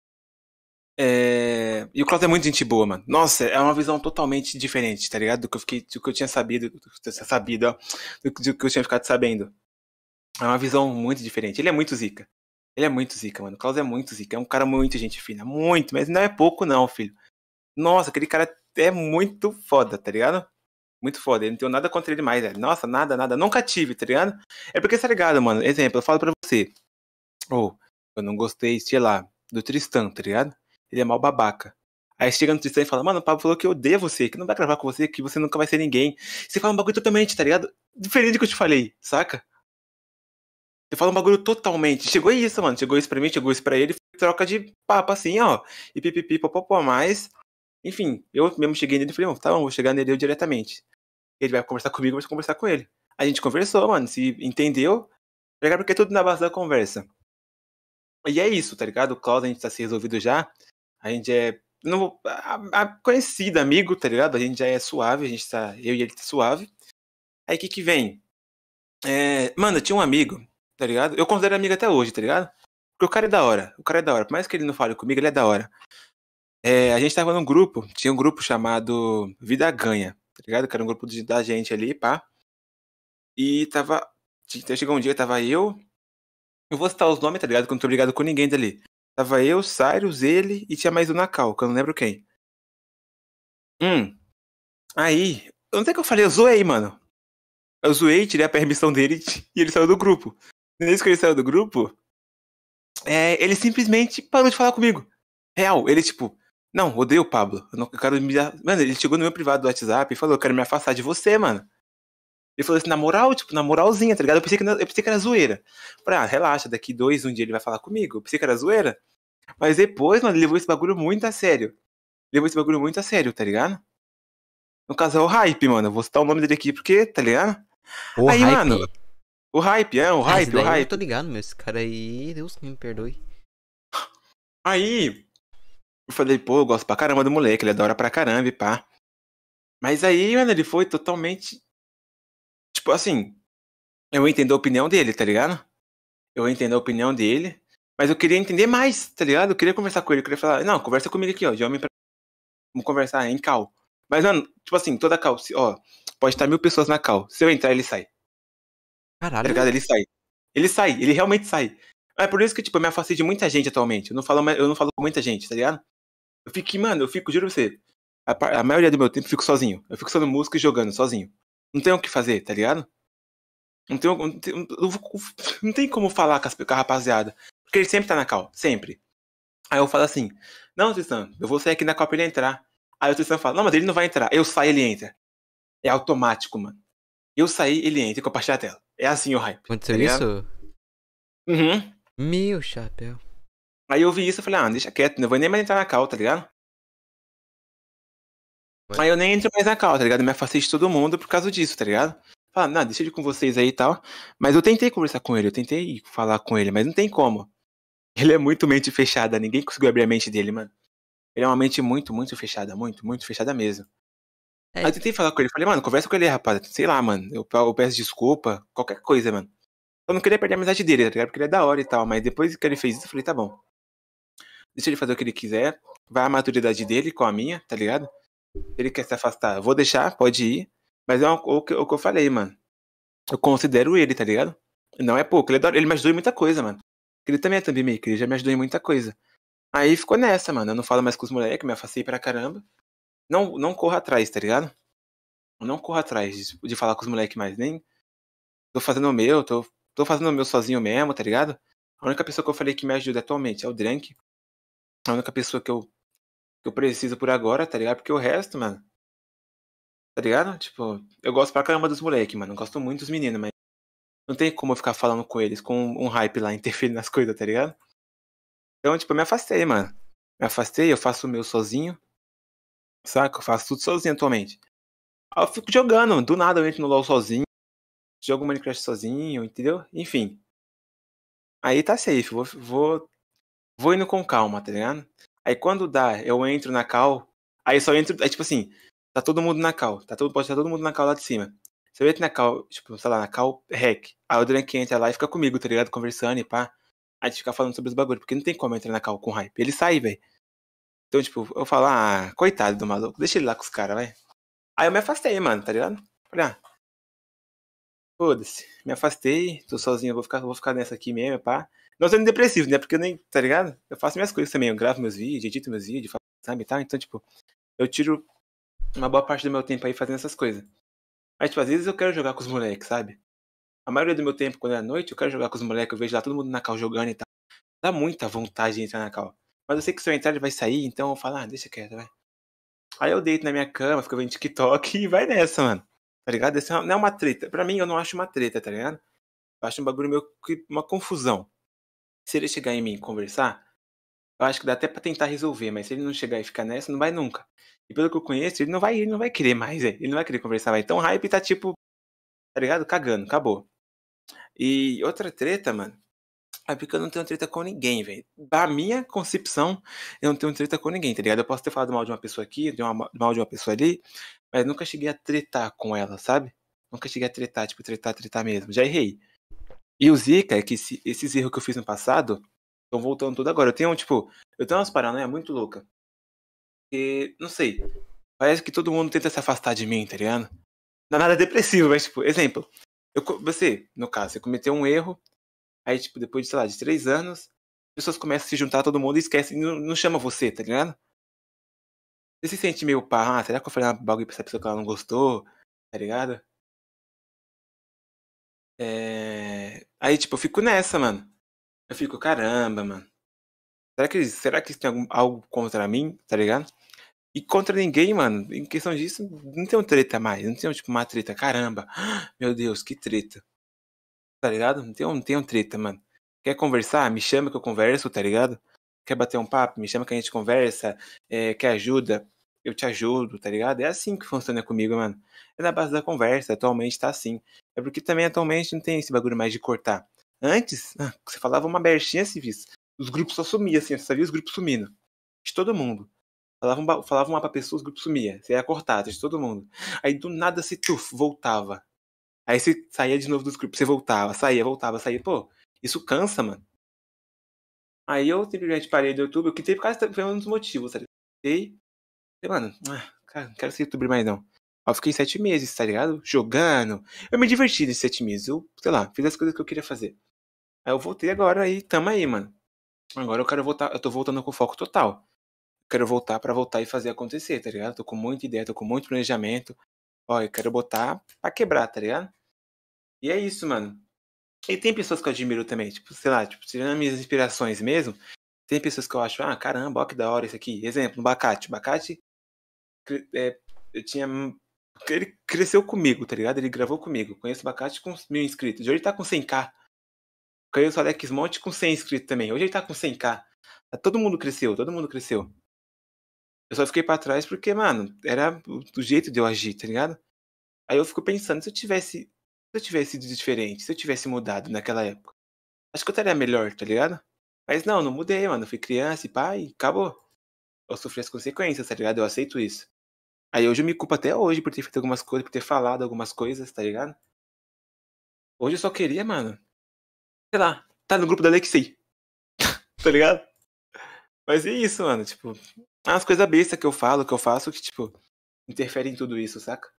É... E o Klaus é muito gente boa, mano. Nossa, é uma visão totalmente diferente, tá ligado? Do que eu, fiquei, do que eu tinha sabido, do que eu tinha sabido, ó. Do que do que eu tinha ficado sabendo. É uma visão muito diferente. Ele é muito zica. Ele é muito zica, mano. O Klaus é muito zica. É um cara muito gente fina. Muito, mas não é pouco, não, filho. Nossa, aquele cara é muito foda, tá ligado? Muito foda. Eu não tenho nada contra ele mais, velho. Nossa, nada, nada. Nunca tive, tá ligado? É porque, tá ligado, mano? Exemplo, eu falo pra você. Ou, eu não gostei, sei lá, do Tristan, tá ligado? Ele é mal babaca. Aí chega no Tristan e fala, mano, o Pablo falou que odeia você, que não vai gravar com você, que você nunca vai ser ninguém. Você fala um bagulho totalmente, tá ligado? Diferente do que eu te falei, saca? Você fala um bagulho totalmente. Chegou isso, mano. Chegou isso pra mim, chegou isso pra ele. Troca de papo assim, ó. E pipipi, popopó. Mas, enfim, eu mesmo cheguei nele e falei, tá bom, vou chegar nele eu diretamente. Ele vai conversar comigo, eu vou conversar com ele. A gente conversou, mano. Se entendeu, tá porque é tudo na base da conversa. E é isso, tá ligado? O Klaus, a gente tá se resolvido já. A gente é. Não, a, a conhecido, amigo, tá ligado? A gente já é suave, a gente tá. Eu e ele tá suave. Aí o que que vem? É, mano, eu tinha um amigo, tá ligado? Eu considero amigo até hoje, tá ligado? Porque o cara é da hora. O cara é da hora. Por mais que ele não fale comigo, ele é da hora. É, a gente tava num grupo, tinha um grupo chamado Vida Ganha, tá ligado? Que era um grupo de, da gente ali, pá. E tava. Então chegou um dia, tava eu. Eu vou citar os nomes, tá ligado? Que eu não tô ligado com ninguém dali. Tava eu, Cyrus, ele e tinha mais o Nakal, que eu não lembro quem. Hum. Aí. Eu não sei o que eu falei, eu zoei, mano. Eu zoei, tirei a permissão dele e ele saiu do grupo. Desde que ele saiu do grupo, é, ele simplesmente parou de falar comigo. Real, ele tipo, não, odeio o Pablo. Eu, não, eu quero me. Mano, ele chegou no meu privado do WhatsApp e falou, eu quero me afastar de você, mano. Ele falou assim, na moral, tipo, na moralzinha, tá ligado? Eu pensei que, eu pensei que era zoeira. Falei, ah, relaxa, daqui dois, um dia ele vai falar comigo. Eu pensei que era zoeira. Mas depois, mano, ele levou esse bagulho muito a sério. Levou esse bagulho muito a sério, tá ligado? No caso é o Hype, mano. Eu vou citar o nome dele aqui porque, tá ligado? O Aí, hype. mano, o Hype, é, o Ah, esse Hype, o daí eu Hype. tô ligado, meu. Esse cara aí, Deus que me perdoe. Aí, eu falei, pô, eu gosto pra caramba do moleque, ele é da hora pra caramba e pá. Mas aí, mano, ele foi totalmente. Tipo assim, eu entendo a opinião dele, tá ligado? Eu entendo a opinião dele, mas eu queria entender mais, tá ligado? Eu queria conversar com ele, eu queria falar, não, conversa comigo aqui, ó, de homem pra. Vamos conversar em cal. Mas, mano, tipo assim, toda cal, se- ó, pode estar mil pessoas na cal. Se eu entrar, ele sai. Tá Caralho. ligado? Ele sai. Ele sai, ele realmente sai. É por isso que, tipo, eu me afastei de muita gente atualmente. Eu não falo, mais- eu não falo com muita gente, tá ligado? Eu fico, mano, eu fico, juro pra você. A, par- a maioria do meu tempo eu fico sozinho. Eu fico só no música e jogando sozinho. Não tenho o que fazer, tá ligado? Não tenho, não tenho- eu vou- não tem como falar com, as, com a rapaziada. Porque ele sempre tá na cal, sempre. Aí eu falo assim, não, Tristan, eu vou sair aqui na cal pra ele entrar. Aí o Tristan fala, não, mas ele não vai entrar. Eu saio, ele entra. É automático, mano. Eu saí, ele entra e compartilha a tela. É assim o hype, tá Aconteceu ligado? isso? Uhum. Meu chapéu. Aí eu vi isso e falei, ah, deixa quieto, não vou nem mais entrar na cal, tá ligado? Mas- Aí eu nem entro mais na cal, tá ligado? Eu me afastei de todo mundo por causa disso, tá ligado? Fala, não, deixa ele com vocês aí e tal. Mas eu tentei conversar com ele, eu tentei falar com ele, mas não tem como. Ele é muito mente fechada, ninguém conseguiu abrir a mente dele, mano. Ele é uma mente muito, muito fechada, muito, muito fechada mesmo. É, Aí eu tentei falar com ele, falei, mano, conversa com ele, rapaz. Sei lá, mano, eu, eu peço desculpa, qualquer coisa, mano. Eu não queria perder a amizade dele, tá ligado? Porque ele é da hora e tal, mas depois que ele fez isso, eu falei, tá bom. Deixa ele fazer o que ele quiser, vai a maturidade dele com a minha, tá ligado? Se ele quer se afastar, eu vou deixar, pode ir. Mas é o que, o que eu falei, mano. Eu considero ele, tá ligado? Não é pouco, ele, é da hora, ele me ajudou em muita coisa, mano. Ele também é thumb maker, ele já me ajudou em muita coisa. Aí ficou nessa, mano. Eu não falo mais com os moleques, me afastei pra caramba. Não, não corro atrás, tá ligado? Eu não corro atrás de, de falar com os moleques mais, nem. Tô fazendo o meu, tô, tô fazendo o meu sozinho mesmo, tá ligado? A única pessoa que eu falei que me ajuda atualmente é o Drank. A única pessoa que eu, que eu preciso por agora, tá ligado? Porque o resto, mano. Tá ligado? Tipo, eu gosto pra caramba dos moleques, mano. Eu gosto muito dos meninos, mas não tem como eu ficar falando com eles com um hype lá, interferindo nas coisas, tá ligado? Então, tipo, eu me afastei, mano. Me afastei, eu faço o meu sozinho. Saca? Eu faço tudo sozinho atualmente. Aí eu fico jogando, do nada eu entro no LoL sozinho. Jogo Minecraft sozinho, entendeu? Enfim. Aí tá safe, vou, vou, vou indo com calma, tá ligado? Aí quando dá, eu entro na cal. Aí só entro. É tipo assim, tá todo mundo na cal. Tá todo, pode estar todo mundo na cal lá de cima. Se eu entro na cal, tipo, sei lá, na cal hack. Aí o Drank entra lá e fica comigo, tá ligado? Conversando e pá. Aí a gente fica falando sobre os bagulhos, porque não tem como entrar na cal com hype. Ele sai, velho. Então, tipo, eu falo, ah, coitado do maluco, deixa ele lá com os caras, vai. Aí eu me afastei, mano, tá ligado? Falei, ah, foda-se, me afastei, tô sozinho, eu vou ficar, vou ficar nessa aqui mesmo, pá. Não sendo depressivo, né? Porque eu nem, tá ligado? Eu faço minhas coisas também, eu gravo meus vídeos, edito meus vídeos, faço, sabe, e tal. Então, tipo, eu tiro uma boa parte do meu tempo aí fazendo essas coisas. Mas, tipo, às vezes eu quero jogar com os moleques, sabe? A maioria do meu tempo, quando é à noite, eu quero jogar com os moleques, eu vejo lá todo mundo na cal jogando e tal. Dá muita vontade de entrar na call. Mas eu sei que se eu entrar ele vai sair, então eu falo, ah, deixa quieto, vai. Aí eu deito na minha cama, fico vendo TikTok e vai nessa, mano. Tá ligado? Essa não é uma treta. Pra mim, eu não acho uma treta, tá ligado? Eu acho um bagulho meio que uma confusão. Se ele chegar em mim e conversar, eu acho que dá até pra tentar resolver, mas se ele não chegar e ficar nessa, não vai nunca. E pelo que eu conheço, ele não vai, ele não vai querer mais, é. Ele não vai querer conversar mais. Então o hype tá tipo, tá ligado? Cagando, acabou. E outra treta, mano, é porque eu não tenho treta com ninguém, velho. Da minha concepção, eu não tenho treta com ninguém, tá ligado? Eu posso ter falado mal de uma pessoa aqui, de uma, mal de uma pessoa ali, mas nunca cheguei a tretar com ela, sabe? Nunca cheguei a tretar, tipo, tretar, tretar mesmo. Já errei. E o Zika é que esse- esses erros que eu fiz no passado estão voltando tudo agora. Eu tenho, tipo, eu tenho umas paranoia muito louca. E, não sei, parece que todo mundo tenta se afastar de mim, tá ligado? Não é nada depressivo, mas, tipo, exemplo. Eu, co- você, no caso, você cometeu um erro, aí, tipo, depois de, sei lá, de três anos, as pessoas começam a se juntar todo mundo e esquecem, não, não chama você, tá ligado? Você se sente meio pá, ah, será que eu falei um bagulho pra essa pessoa que ela não gostou, tá ligado? É... Aí, tipo, eu fico nessa, mano. Eu fico, caramba, mano. Será que, será que isso tem algum, algo contra mim, tá ligado? E contra ninguém, mano. Em questão disso, não tem um treta mais. Não tem, tipo, uma treta. Caramba. Meu Deus, que treta. Tá ligado? Não tem um, não tem um treta, mano. Quer conversar? Me chama que eu converso, tá ligado? Quer bater um papo? Me chama que a gente conversa. É, quer ajuda? Eu te ajudo, tá ligado? É assim que funciona comigo, mano. É na base da conversa. Atualmente tá assim. É porque também atualmente não tem esse bagulho mais de cortar. Antes, ah, você falava uma berchinha, se vis. Os grupos só sumiam, assim. Você sabia os grupos sumindo. De todo mundo. Falava, um, ba- falava uma pra pessoa, os grupos sumia. Você ia cortar, de todo mundo. Aí do nada se tuf, voltava. Aí você saía de novo dos grupos, você voltava, saía, voltava, saía. Pô, isso cansa, mano. Aí eu simplesmente parei do YouTube, eu quitei por causa foi um dos motivos, sabe? Quitei, e, mano, ah, cara, não quero ser youtuber mais não. Aí eu fiquei sete meses, tá ligado? Jogando. Eu me diverti nesses sete meses. Eu, sei lá, fiz as coisas que eu queria fazer. Aí eu voltei agora aí, tamo aí, mano. Agora eu quero voltar, eu tô voltando com foco total. Quero voltar pra voltar e fazer acontecer, tá ligado? Tô com muita ideia, tô com muito planejamento. Ó, eu quero botar pra quebrar, tá ligado? E é isso, mano. E tem pessoas que eu admiro também, tipo, sei lá, tipo, tirando as minhas inspirações mesmo, tem pessoas que eu acho, ah, caramba, ó que da hora isso aqui. Exemplo, o Bacate. O Bacate, cre- é, eu tinha. Ele cresceu comigo, tá ligado? Ele gravou comigo. Conheço o Bacate com mil inscritos. Hoje ele tá com cem k. Conheço o Alex Monte com cem inscritos também. Hoje ele tá com cem k. Todo mundo cresceu, todo mundo cresceu. Eu só fiquei pra trás porque, mano, era o o jeito de eu agir, tá ligado? Aí eu fico pensando, se eu tivesse. Se eu tivesse sido diferente, se eu tivesse mudado naquela época, acho que eu estaria melhor, tá ligado? Mas não, não mudei, mano. Eu fui criança e pá, e acabou. Eu sofri as consequências, tá ligado? Eu aceito isso. Aí hoje eu me culpo até hoje por ter feito algumas coisas, por ter falado algumas coisas, tá ligado? Hoje eu só queria, mano, sei lá, tá no grupo da Alexei, tá ligado? Mas é isso, mano, tipo, é umas coisas bestas que eu falo, que eu faço, que, tipo, interferem em tudo isso, saca?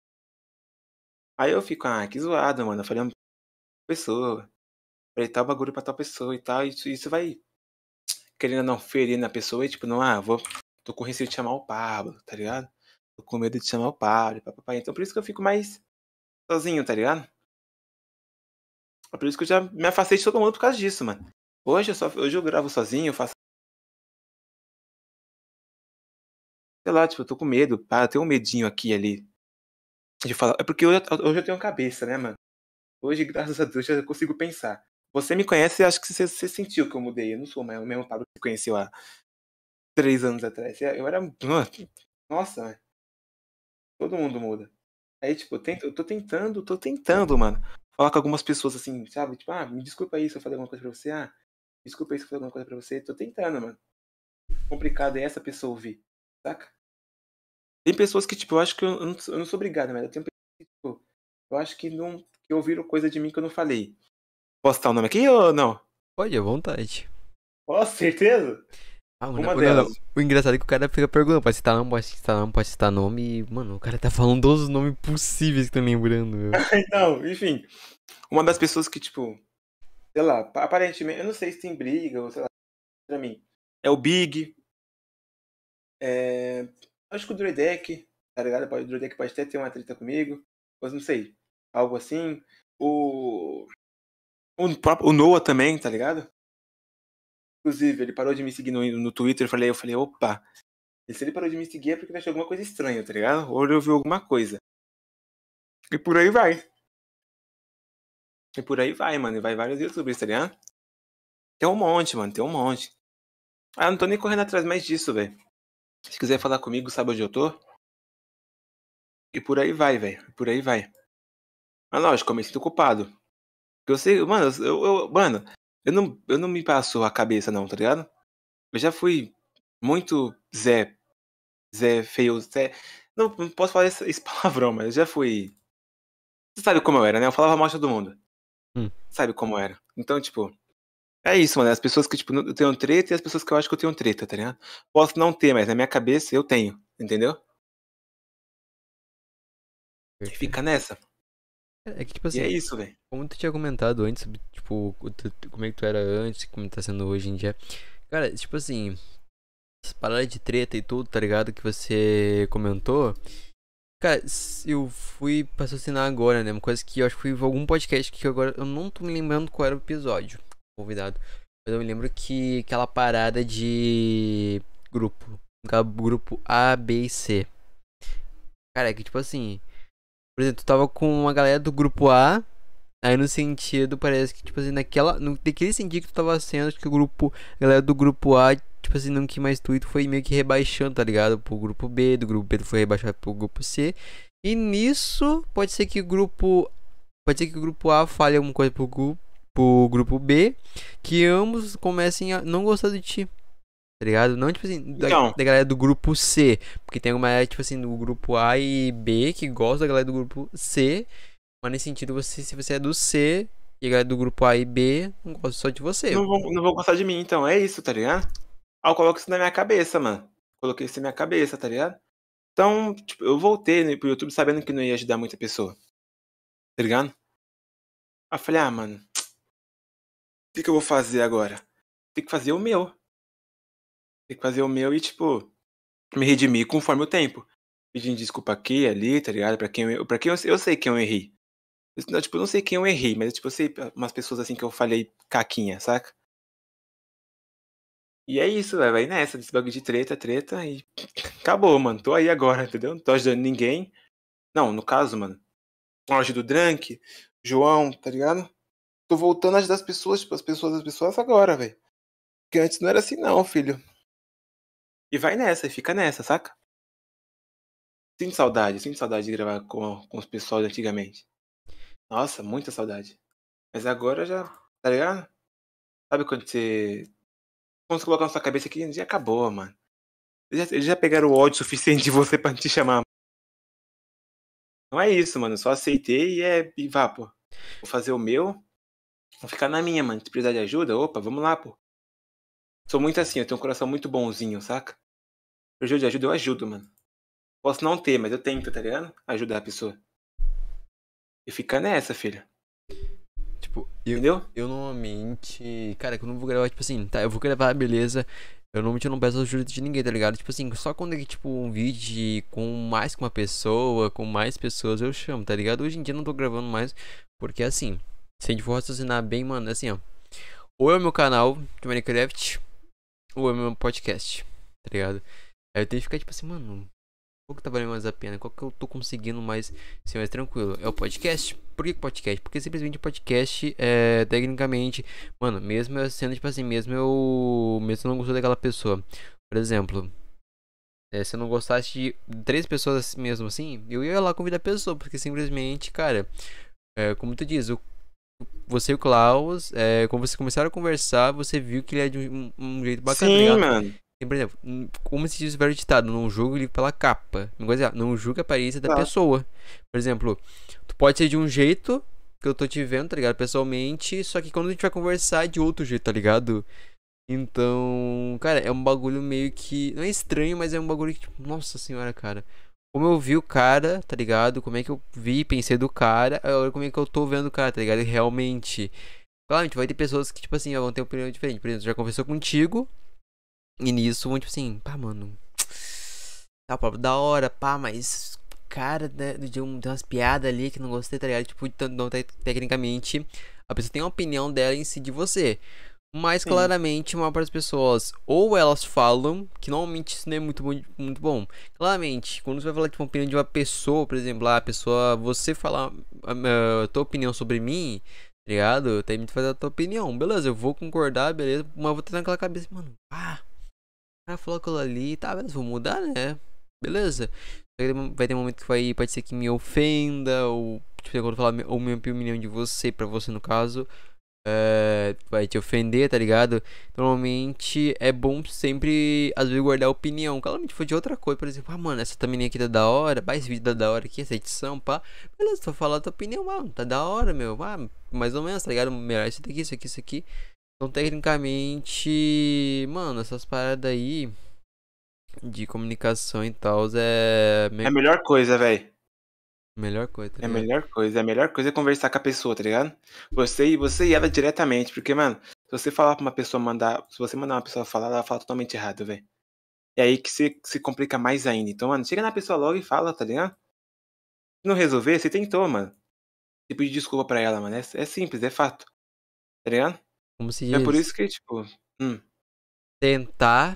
Aí eu fico, ah, que zoado, mano. Eu falei uma pessoa, falei tal bagulho pra tal pessoa e tal, e isso, isso vai querendo ou não ferir na pessoa e, tipo, não, ah, vou, tô com receio de chamar o Pablo, tá ligado? Tô com medo de chamar o Pablo, papapá. Então por isso que eu fico mais sozinho, tá ligado? É por isso que eu já me afastei de todo mundo por causa disso, mano. Hoje eu, só, hoje eu gravo sozinho, eu faço. Sei lá, tipo, eu tô com medo. Ah, eu tenho um medinho aqui e ali. De falar. É porque hoje, eu- hoje eu tenho cabeça, né, mano? Hoje, graças a Deus, já consigo pensar. Você me conhece e acho que você, você sentiu que eu mudei. Eu não sou mais o mesmo Pablo que você conheceu há três anos atrás. Eu era. Nossa, mano, todo mundo muda. Aí, tipo, eu, tento, eu tô tentando, tô tentando, mano. Falar com algumas pessoas assim, sabe? Tipo, ah, me desculpa aí se eu falei alguma coisa pra você. Ah, desculpa aí se eu falei alguma coisa pra você. Tô tentando, mano. O complicado é essa pessoa ouvir, saca? Tem pessoas que, tipo, eu acho que eu, eu não, sou- eu não sou obrigado, mas eu tenho pessoas que, tipo, eu acho que não, que ouviram coisa de mim que eu não falei. Posso citar o nome aqui ou não? Pode, à vontade. Posso, certeza? Ah, mano, Uma não, não. delas. O engraçado é que o cara fica perguntando, pode citar nome, pode citar nome, pode citar nome, e, mano, o cara tá falando todos os nomes possíveis que tá lembrando, meu. Não, enfim. Uma das pessoas que, tipo, sei lá, aparentemente, eu não sei se tem briga ou sei lá, pra mim. É o Big, é... acho que o Droidek, tá ligado? Pode- O Droidek pode até ter uma treta comigo, mas não sei. Algo assim. O. O, próprio, o Noah também, tá ligado? Inclusive, ele parou de me seguir no, no Twitter, eu falei, eu falei, opa, e se ele parou de me seguir é porque ele achou alguma coisa estranha, tá ligado? Ou ele ouviu alguma coisa. E por aí vai. E por aí vai, mano. E vai vários youtubers, tá ligado? Tem um monte, mano, tem um monte. Ah, eu não tô nem correndo atrás mais disso, velho. Se quiser falar comigo, sabe onde eu tô? E por aí vai, velho. Por aí vai. Mas lógico, eu me sinto culpado. Porque eu sei, mano, eu, eu, mano, eu não, eu não me passo a cabeça, não, tá ligado? Eu já fui muito Zé, Zé feio, Zé. Não, não posso falar esse, esse palavrão, mas eu já fui. Você sabe como eu era, né? Eu falava mal de todo mundo. Hum. Sabe como era. Então, tipo, é isso, mano. As pessoas que, tipo, eu tenho treta e as pessoas que eu acho que eu tenho treta, tá ligado? Posso não ter, mas na minha cabeça eu tenho, entendeu? E fica nessa. É que, tipo E é assim, isso, velho. como tu tinha comentado antes, sobre, tipo, o tu- como é que tu era antes, como tá sendo hoje em dia. Cara, tipo assim, essa parada de treta e tudo, tá ligado? Que você comentou. Cara, s- eu fui patrocinar agora, né? Uma coisa que eu acho que foi algum podcast que agora eu não tô me lembrando qual era o episódio, convidado. Mas eu me lembro que aquela parada de grupo. Aquela grupo A, B e C. Cara, é que tipo assim. Por exemplo, tu tava com uma galera do grupo A. Aí no sentido, parece que, tipo assim, naquela. No, naquele sentido que tu tava sendo, acho que o grupo. A galera do grupo A, tipo assim, não que mais tu e tu foi meio que rebaixando, tá ligado? Pro grupo B, do grupo B tu foi rebaixado pro grupo C. E nisso, pode ser que o grupo. Pode ser que o grupo A fale alguma coisa pro grupo, pro grupo B. Que ambos comecem a não gostar de ti. Tá ligado? Não, tipo assim, da, Então, da galera do grupo C. Porque tem uma, tipo assim, do grupo A e B que gosta da galera do grupo C. Mas nesse sentido, você, se você é do C e a galera do grupo A e B, não gosta só de você. não vão, não vão gostar de mim, então. É isso, tá ligado? Ah, eu coloco isso na minha cabeça, mano. Coloquei isso na minha cabeça, tá ligado? Então, tipo, eu voltei né, pro YouTube sabendo que não ia ajudar muita pessoa. Tá ligado? Aí eu falei, ah, mano, o que, que eu vou fazer agora? Tem que fazer o meu. Tem que fazer o meu e, tipo, me redimir conforme o tempo. Pedindo desculpa aqui, ali, tá ligado? Pra quem eu, pra quem eu, eu sei quem eu errei. Eu, não, tipo, eu não sei quem eu errei, mas, tipo, eu sei umas pessoas assim que eu falei caquinha, saca? E é isso, velho. Vai nessa, desse bagulho de treta, treta e acabou, mano. Tô aí agora, entendeu? Não tô ajudando ninguém. Não, no caso, mano, eu ajudo o Drank, João, tá ligado? Tô voltando a ajudar as pessoas, tipo, as pessoas das pessoas agora, velho. Porque antes não era assim, não, filho. E vai nessa, e fica nessa, saca? Sinto saudade, sinto saudade de gravar com, com os pessoal de antigamente. Nossa, muita saudade. Mas agora já, tá ligado? Sabe quando você. Quando você colocar na sua cabeça que já acabou, mano. Eles já, eles já pegaram o ódio suficiente de você pra te chamar. Não é isso, mano. Eu só aceitei e é. E vá, pô. Vou fazer o meu. Vou ficar na minha, mano. Se precisar de ajuda, opa, vamos lá, pô. Sou muito assim, eu tenho um coração muito bonzinho, saca? Precisou de ajuda, eu ajudo, mano. Posso não ter, mas eu tento, tá ligado? Ajudar a pessoa. E fica nessa, filho. Tipo, eu, Entendeu? eu normalmente. Cara, quando eu não vou gravar, tipo assim, tá, eu vou gravar, beleza. Eu normalmente não peço ajuda de ninguém, tá ligado? Tipo assim, só quando é tipo um vídeo de- com mais que uma pessoa, com mais pessoas eu chamo, tá ligado? Hoje em dia eu não tô gravando mais, porque assim, se a gente for raciocinar bem, mano, assim, ó. Ou é o meu canal de Minecraft, ou é o meu podcast, tá ligado? Aí eu tenho que ficar tipo assim, mano, qual que tá valendo mais a pena? Qual que eu tô conseguindo mais ser mais tranquilo? É o podcast? Por que podcast? Porque simplesmente o podcast é tecnicamente, mano, mesmo eu sendo tipo assim, mesmo eu mesmo eu não gostou daquela pessoa. Por exemplo, é, se eu não gostasse de três pessoas assim mesmo assim, eu ia lá convidar a pessoa, porque simplesmente, cara, é, como tu diz, o você e o Klaus, é, quando vocês começaram a conversar, você viu que ele é de um, um jeito bacana, tá Sim, ligado? mano. E, por exemplo, hum, como se diz o velho ditado, não julgue o livro pela capa. Uma coisa é, não julgue a aparência da Tá. pessoa. Por exemplo, tu pode ser de um jeito que eu tô te vendo, tá ligado? Pessoalmente, só que quando a gente vai conversar é de outro jeito, tá ligado? Então, cara, é um bagulho meio que. Não é estranho, mas é um bagulho que, tipo, nossa senhora, cara. Como eu vi o cara, tá ligado? Como é que eu vi, pensei do cara, agora como é que eu tô vendo o cara, tá ligado? E realmente. Claro, a gente vai ter pessoas que, tipo assim, ó, vão ter uma opinião diferente. Por exemplo, já conversou contigo. E nisso vão, tipo assim, pá, mano. Tá, pô, da hora, pá, mas. Cara, né, de um, tem umas piadas ali que não gostei, tá ligado? Tipo, então, não, te- tecnicamente, a pessoa tem uma opinião dela em si de você. Mas Sim. claramente, uma parte das pessoas, ou elas falam, que normalmente isso não é muito bom, muito bom. Claramente, quando você vai falar tipo, uma opinião de uma pessoa, por exemplo, lá, a pessoa, você falar a, a tua opinião sobre mim, tá ligado? Tem que fazer a tua opinião. Beleza, eu vou concordar, beleza, mas eu vou ter naquela cabeça, mano, ah, o cara falou aquilo ali, tá, beleza, vou mudar, né? Beleza. Vai ter um momento que vai, pode ser que me ofenda, ou, tipo, quando eu falar ou minha opinião de você, pra você no caso é, vai te ofender, tá ligado? Normalmente é bom sempre, às vezes, guardar opinião. Claramente foi de outra coisa, por exemplo, ah, mano, essa thumbnail aqui tá da hora, pá, esse vídeo tá da hora aqui, essa edição, pá. Beleza, tu vai falar a tua opinião, mano, tá da hora, meu, ah, mais ou menos, tá ligado? Melhor isso daqui, isso aqui, isso aqui. Então, tecnicamente, mano, essas paradas aí de comunicação e tal é É a meio melhor coisa, velho. melhor coisa, tá É a ligado? melhor coisa. É a melhor coisa é conversar com a pessoa, tá ligado? Você e você e ela diretamente. Porque, mano, se você falar pra uma pessoa mandar. Se você mandar uma pessoa falar, ela fala totalmente errado, velho. É aí que se, se complica mais ainda. Então, mano, chega na pessoa logo e fala, tá ligado? Se não resolver, você tentou, mano. Você pedir desculpa pra ela, mano. É, é simples, é fato. Tá ligado? Como se É por diz, isso que, tipo. Hum, tentar.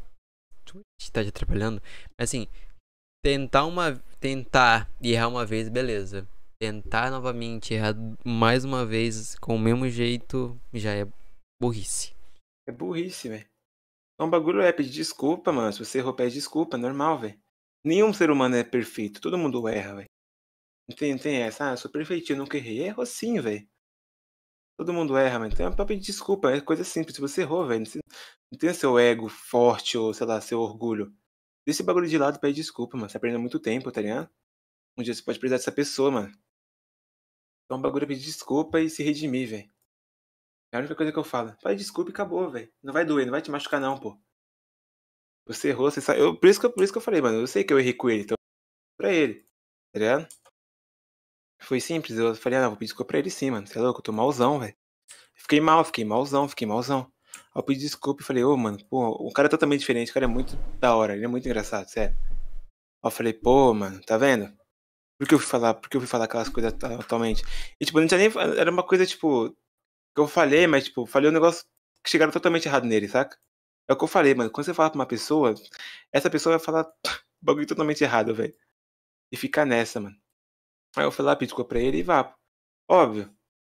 Tá te atrapalhando? Mas assim, tentar uma. Tentar e errar uma vez, beleza. Tentar novamente errar mais uma vez com o mesmo jeito já é burrice. é burrice, velho. Então, o bagulho é pedir desculpa, mano. Se você errou, pede desculpa, é normal, velho. Nenhum ser humano é perfeito. Todo mundo erra, velho. Não tem, não tem essa. Ah, eu sou perfeitinho, nunca errei. Errou sim, velho. Todo mundo erra, mano. Então é pra pedir desculpa. É coisa simples. Se você errou, velho. Não se- não tem seu ego forte ou, sei lá, seu orgulho. Deixa esse bagulho de lado e pede desculpa, mano. Você aprendeu muito tempo, tá ligado? Um dia você pode precisar dessa pessoa, mano. Então o bagulho é pedir desculpa e se redimir, velho. É a única coisa que eu falo. Pede desculpa e acabou, velho. Não vai doer, não vai te machucar, não, pô. Você errou, você sabe. Eu, por, isso que eu, por isso que eu falei, mano. Eu sei que eu errei com ele, então pra ele. Tá ligado? Foi simples. Eu falei, ah, não, vou pedir desculpa pra ele sim, mano. Você é louco? Eu tô malzão, velho. Fiquei mal, fiquei malzão, fiquei malzão. Aí eu pedi desculpa e falei, ô, mano, pô, o cara é totalmente diferente, o cara é muito da hora, ele é muito engraçado, sério. Aí eu falei, pô, mano, tá vendo? Por que eu fui falar, por que eu fui falar aquelas coisas ata- atualmente? E, tipo, não tinha nem. Era uma coisa, tipo, que eu falei, mas, tipo, falei um negócio que chegaram totalmente errado nele, saca? É o que eu falei, mano. Quando você fala pra uma pessoa, essa pessoa vai falar bagulho totalmente errado, velho. E ficar nessa, mano. Aí eu fui lá, pedi desculpa pra ele e vá. Óbvio.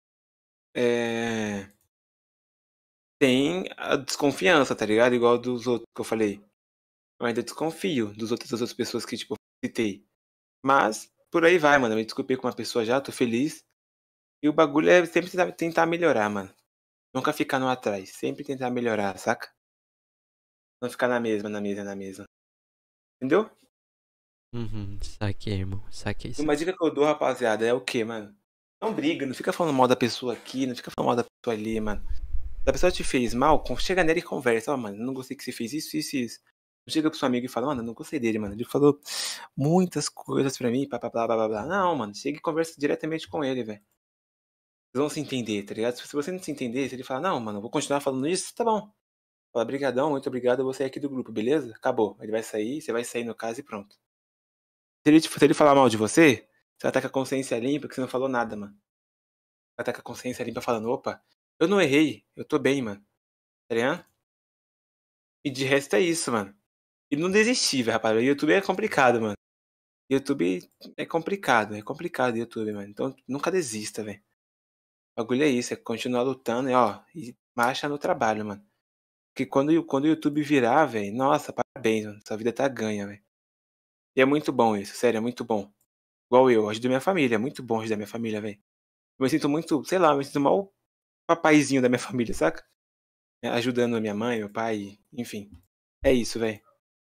É. Tem a desconfiança, tá ligado? Igual dos outros que eu falei. Eu ainda desconfio dos outros, das outras pessoas que, tipo, eu citei. Mas, por aí vai, mano. Eu me desculpei com uma pessoa já, tô feliz. E o bagulho é sempre tentar tentar melhorar, mano. Nunca ficar no atrás. Sempre tentar melhorar, saca? Não ficar na mesma, na mesma, na mesma. Entendeu? Uhum, saquei, irmão. Saquei, E uma saquei. dica que eu dou, rapaziada, é o quê, mano? Não briga, não fica falando mal da pessoa aqui, não fica falando mal da pessoa ali, mano. Se a pessoa te fez mal, con- chega nela e conversa. Ó, mano, eu não gostei que você fez isso, isso e isso. Não chega pro seu amigo e fala, mano, eu não gostei dele, mano. Ele falou muitas coisas pra mim, blá, blá, blá, blá, blá, blá. Não, mano, chega e conversa diretamente com ele, velho. Vocês vão se entender, tá ligado? Se você não se entender, se ele falar, não, mano, eu vou continuar falando isso, tá bom. Fala, brigadão, muito obrigado, eu vou sair aqui do grupo, beleza? Acabou. Ele vai sair, você vai sair no caso e pronto. Se ele, se ele falar mal de você, você vai estar com a consciência limpa, porque você não falou nada, mano. Vai estar com a consciência limpa falando, opa, eu não errei, eu tô bem, mano. Tá ligado? E de resto é isso, mano. E não desistir, velho, rapaz. O YouTube é complicado, mano. YouTube é complicado, é complicado o YouTube, mano. Então nunca desista, velho. O bagulho é isso, é continuar lutando e, ó, e marcha no trabalho, mano. Porque quando, quando o YouTube virar, velho, nossa, parabéns, mano. Sua vida tá ganha, velho. E é muito bom isso, sério, é muito bom. Igual eu, ajudo minha família, é muito bom ajudar minha família, velho. Eu me sinto muito, sei lá, eu me sinto mal papaizinho da minha família, saca? É, ajudando a minha mãe, meu pai, enfim. É isso, velho.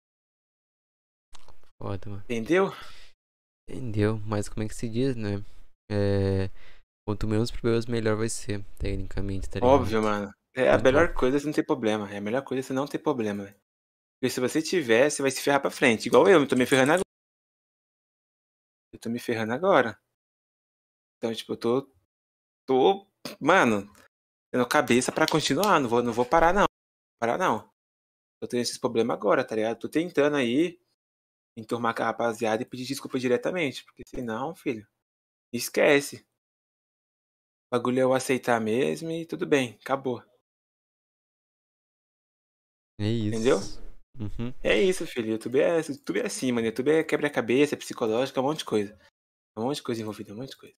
Foda, mano. Entendeu? Entendeu? Mas como é que se diz, né? É. Quanto menos problemas, melhor vai ser, tecnicamente, tá ligado? Óbvio, mano. É a Então, melhor coisa é você não ter problema. É a melhor coisa é você não ter problema, velho. Porque se você tiver, você vai se ferrar pra frente. Igual eu, eu tô me ferrando agora. Eu tô me ferrando agora. Então, tipo, eu tô. Tô. Mano, tendo cabeça pra continuar. Não vou, não vou parar, não. Parar, não. Eu tenho esses problemas agora, tá ligado? Tô tentando aí enturmar com a rapaziada e pedir desculpa diretamente. Porque senão, filho, esquece. O bagulho é eu aceitar mesmo e tudo bem, acabou. É Entendeu? isso. Uhum. É isso, filho. YouTube é, YouTube é assim, mano. YouTube é quebra-cabeça, é psicológico, é um monte de coisa. É um monte de coisa envolvida, é um monte de coisa.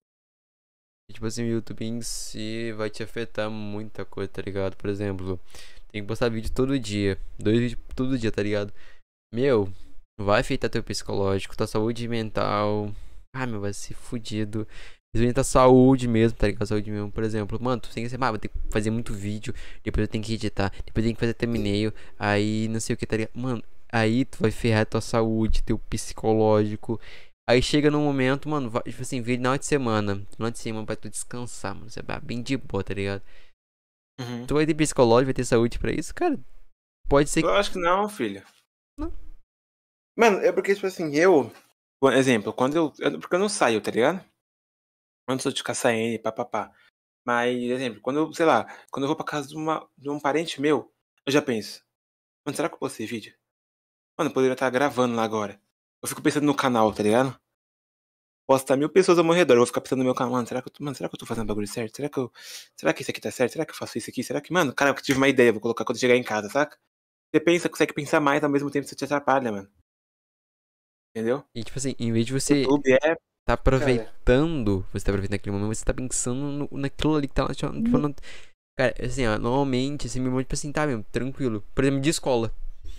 E, tipo assim, o YouTube em si vai te afetar muita coisa, tá ligado? Por exemplo, tem que postar vídeo todo dia. Dois vídeos todo dia, tá ligado? Meu, vai afetar teu psicológico, tua saúde mental. Ah, meu, vai ser fudido. Principalmente a saúde mesmo, tá ligado? A saúde mesmo, por exemplo. Mano, tu tem que ser, ah, vou ter que fazer muito vídeo. Depois eu tenho que editar. Depois eu tenho que fazer thumbnail. Aí não sei o que, tá ligado? Mano, aí tu vai ferrar tua saúde, teu psicológico. Aí chega num momento, mano, vai, tipo assim, vídeo na hora de semana. Na hora de semana pra tu descansar, mano. Você vai bem de boa, tá ligado? Uhum. Tu vai ter psicológico, vai ter saúde pra isso, cara. Pode ser que. Lógico que não, filho. Não. Mano, é porque, tipo assim, eu. Por exemplo, quando eu. eu- Porque eu não saio, tá ligado? Eu não sou de ficar saindo, papapá. Mas, exemplo, quando eu, sei lá, quando eu vou pra casa de, uma, de um parente meu, eu já penso, mano, será que eu postei vídeo? Mano, eu poderia estar gravando lá agora. Eu fico pensando no canal, tá ligado? Posso estar mil pessoas ao meu redor, eu vou ficar pensando no meu canal, mano, será que eu tô, mano, será que eu tô fazendo o bagulho certo? Será que eu. Será que isso aqui tá certo? Será que eu faço isso aqui? Será que. Mano, cara, eu tive uma ideia, vou colocar quando chegar em casa, saca? Você pensa, consegue pensar mais ao mesmo tempo que você te atrapalha, mano. Entendeu? E tipo assim, em vez de você YouTube é. tá Cara. aproveitando, você tá aproveitando aquele momento, você tá pensando no, naquilo ali que tá lá, tipo, tipo, no- cara, assim, ó, normalmente, assim, meu tipo assim, tá, meu, tranquilo. Por exemplo, de escola.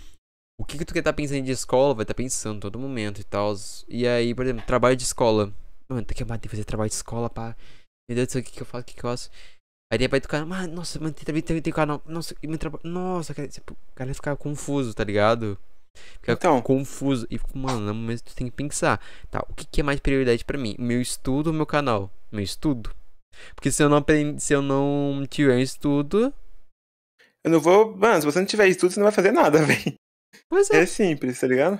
O que que tu quer tá pensando de escola, vai tá pensando todo momento e tal. E aí, por exemplo, trabalho de escola. Mano, tem que bater, fazer trabalho de escola, pá. Meu Deus do céu, o que que eu faço, o que que eu faço? Aí depois tu cara, mano, nossa, mano, tem, tem, tem, tem canal, nossa, e meu trabalho, nossa, cara, tipo, o cara fica confuso, tá ligado? Fica Então, confuso. E fico, mano, mas tu tem que pensar, tá? O que, que é mais prioridade pra mim? Meu estudo ou meu canal? Meu estudo. Porque se eu não aprender, se eu não tiver estudo. eu não vou. Mano, se você não tiver estudo, você não vai fazer nada, velho. Pois é. É simples, tá ligado?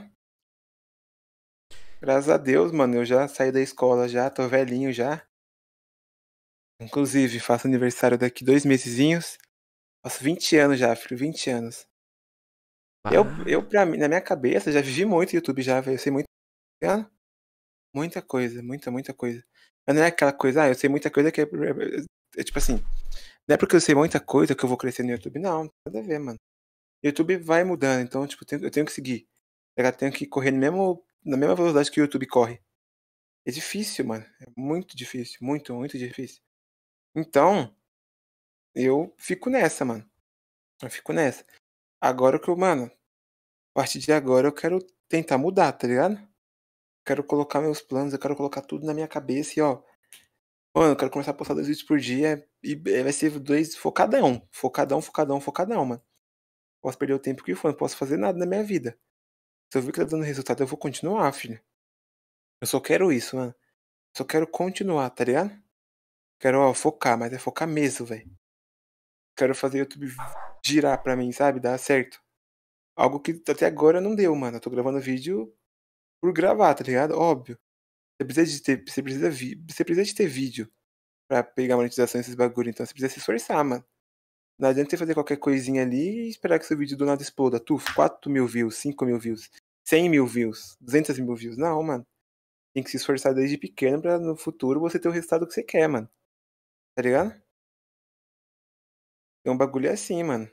Graças a Deus, mano, eu já saí da escola já, tô velhinho já. Inclusive, faço aniversário daqui dois mesezinhos. Faço vinte anos já, filho, vinte anos. Eu, eu Ah, pra mim, na minha cabeça, já vivi muito YouTube já, velho. Eu sei muito, tá ligado? Muita coisa, muita, muita coisa. Mas não é aquela coisa, ah, eu sei muita coisa que é, é, é tipo assim, não é porque eu sei muita coisa que eu vou crescer no YouTube, não, não tem nada a ver, mano. YouTube vai mudando, então, tipo, eu tenho, eu tenho que seguir. Tá ligado? Tenho que correr no mesmo, na mesma velocidade que o YouTube corre. É difícil, mano. É muito difícil, muito, muito difícil. Então, eu fico nessa, mano. Eu fico nessa. Agora que eu, mano, a partir de agora eu quero tentar mudar, tá ligado? Quero colocar meus planos, eu quero colocar tudo na minha cabeça e, ó, mano, eu quero começar a postar dois vídeos por dia e eh, vai ser dois focadão. Focadão, focadão, focadão, mano. Posso perder o tempo que for, não posso fazer nada na minha vida. Se eu ver que tá dando resultado, eu vou continuar, filho. Eu só quero isso, mano. Só quero continuar, tá ligado? Quero, ó, focar, mas é focar mesmo, velho. Quero fazer o YouTube girar pra mim, sabe? Dar certo. Algo que até agora não deu, mano. Eu tô gravando vídeo por gravar, tá ligado? Óbvio. Você precisa de ter, você precisa, vi, você precisa de ter vídeo pra pegar monetização esses bagulho. Então você precisa se esforçar, mano. Não adianta você fazer qualquer coisinha ali e esperar que seu vídeo do nada exploda. Tu, quatro mil views, cinco mil views, cem mil views, duzentos mil views. Não, mano. Tem que se esforçar desde pequeno pra no futuro você ter o resultado que você quer, mano. Tá ligado? É um bagulho assim, mano.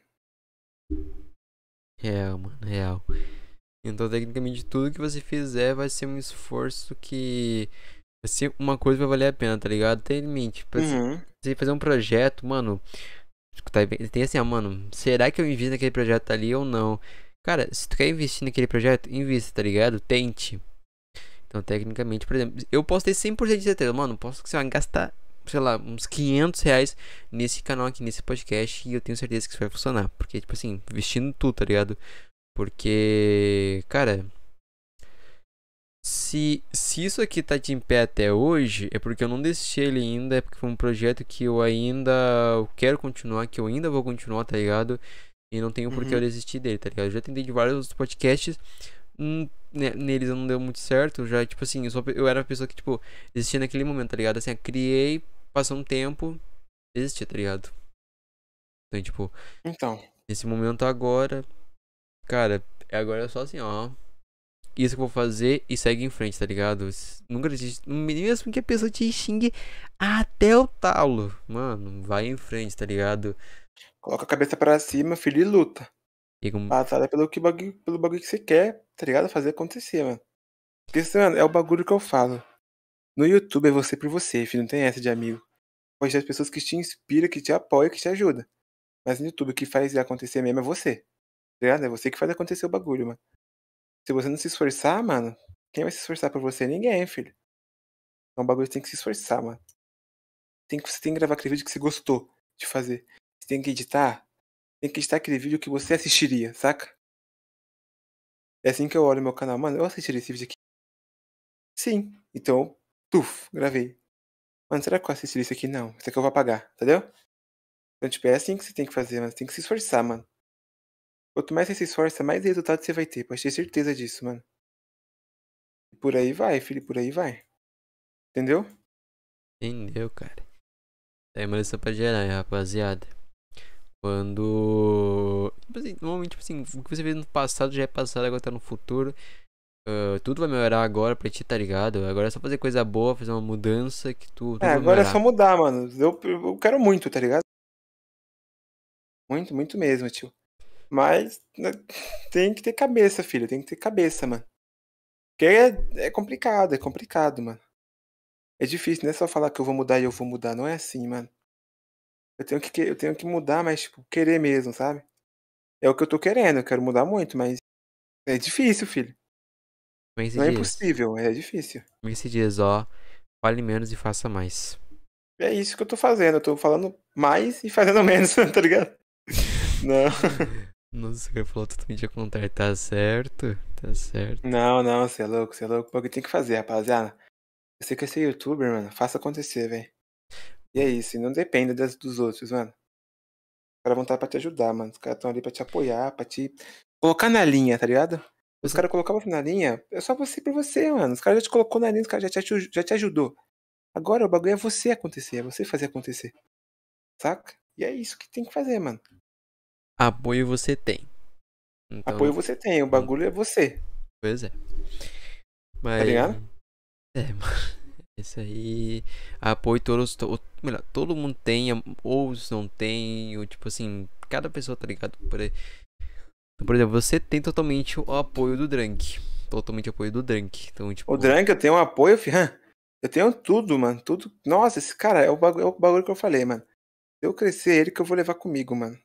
real, mano, real. Então, tecnicamente, tudo que você fizer vai ser um esforço que. Vai ser uma coisa que vai valer a pena, tá ligado? Tem limite. Tipo assim, Uhum. você fazer um projeto, mano. Tá, tem assim, ó, mano. Será que eu invisto naquele projeto ali ou não? Cara, se tu quer investir naquele projeto, invista, tá ligado? Tente. Então, tecnicamente, por exemplo, eu posso ter cem por cento de certeza, mano. Posso, sei lá, gastar, sei lá, uns quinhentos reais nesse canal aqui, nesse podcast. E eu tenho certeza que isso vai funcionar. Porque, tipo assim, investindo tudo, tá ligado? Porque, cara, se, se isso aqui tá de em pé até hoje, é porque eu não desisti ele ainda, é porque foi um projeto que eu ainda quero continuar, que eu ainda vou continuar, tá ligado? E não tenho por que eu Uhum. desistir dele, tá ligado? Eu já tentei de vários outros podcasts, hum, ne- neles não deu muito certo, já, tipo assim, eu, sou, eu era a pessoa que, tipo, desistia naquele momento, tá ligado? Assim, eu criei, passou um tempo, desisti, tá ligado? Então, tipo, Então. nesse momento agora, cara, agora é só assim, ó. Isso que eu vou fazer e segue em frente, tá ligado? Nunca desiste. Mesmo que a pessoa te xingue até o talo. Mano, vai em frente, tá ligado? Coloca a cabeça pra cima, filho, e luta. E como... Batalha pelo, que bagulho, pelo bagulho que você quer, tá ligado? Fazer acontecer, mano. Porque, mano, é o bagulho que eu falo. No YouTube é você por você, filho. Não tem essa de amigo. Pode ter as pessoas que te inspiram, que te apoiam, que te ajudam. Mas no YouTube o que faz acontecer mesmo é você. Tá ligado? É você que faz acontecer o bagulho, mano. Se você não se esforçar, mano, quem vai se esforçar por você? Ninguém, filho. É um bagulho que você tem que se esforçar, mano. Tem que, você tem que gravar aquele vídeo que você gostou de fazer. Você tem que editar. Tem que editar aquele vídeo que você assistiria, saca? É assim que eu olho meu canal. Mano, eu assistiria esse vídeo aqui. Sim. Então, tuf, gravei. Mano, será que eu assistiria isso aqui? Não. Isso aqui eu vou apagar, entendeu? Então, tipo, é assim que você tem que fazer, mano. Você tem que se esforçar, mano. Quanto mais você se esforça, mais resultado você vai ter. Pode ter certeza disso, mano. E por aí vai, filho. Por aí vai. Entendeu? Entendeu, cara? É uma lição pra gerar, hein, rapaziada. Quando. Tipo assim, normalmente, tipo assim, o que você fez no passado já é passado, agora tá no futuro. Ah, tudo vai melhorar agora pra ti, tá ligado? Agora é só fazer coisa boa, fazer uma mudança que tu, É, tudo vai agora é só melhorar. mudar, mano. Eu, eu quero muito, tá ligado? Muito, muito mesmo, tio. Mas né, tem que ter cabeça, filho. Tem que ter cabeça, mano. Porque é, é complicado, é complicado, mano. É difícil, não é só falar que eu vou mudar e eu vou mudar. Não é assim, mano. Eu tenho que, que- eu tenho que mudar, mas, tipo, querer mesmo, sabe? É o que eu tô querendo. Eu quero mudar muito, mas é difícil, filho. Como é que se Não é diz? impossível, é difícil. Como é que se diz, ó? Fale menos e faça mais. É isso que eu tô fazendo. Eu tô falando mais e fazendo menos, tá ligado? Não. Nossa, o cara falou totalmente ao contrário. Tá certo? Tá certo. Não, não, você é louco, você é louco. O que tem que fazer, rapaziada? Você quer ser youtuber, mano? Faça acontecer, velho. E é isso, e não dependa das, dos outros, mano. Os caras vão estar pra te ajudar, mano. Os caras estão ali pra te apoiar, pra te colocar na linha, tá ligado? Os Você... caras colocavam você na linha, é só você por você, mano. Os caras já te colocou na linha, os caras já te, aju- já te ajudou. Agora o bagulho é você acontecer, é você fazer acontecer. Saca? E é isso que tem que fazer, mano. Apoio você tem. Então Apoio não. você tem, o não... bagulho é você, Pois é. tá Mas. ligado? É, mano. Isso aí. Apoio todos. To... Melhor, todo mundo tem, ou se não tem, ou tipo assim. Cada pessoa, tá ligado? Por, aí. Então, por exemplo, você tem totalmente o apoio do Drunk. Totalmente apoio do Drunk. Então, O tipo. Drank, eu tenho um apoio, fi. Eu tenho tudo, mano. Tudo. Nossa, esse cara é o bagulho, é o bagulho que eu falei, mano. Se eu crescer, é ele que eu vou levar comigo, mano.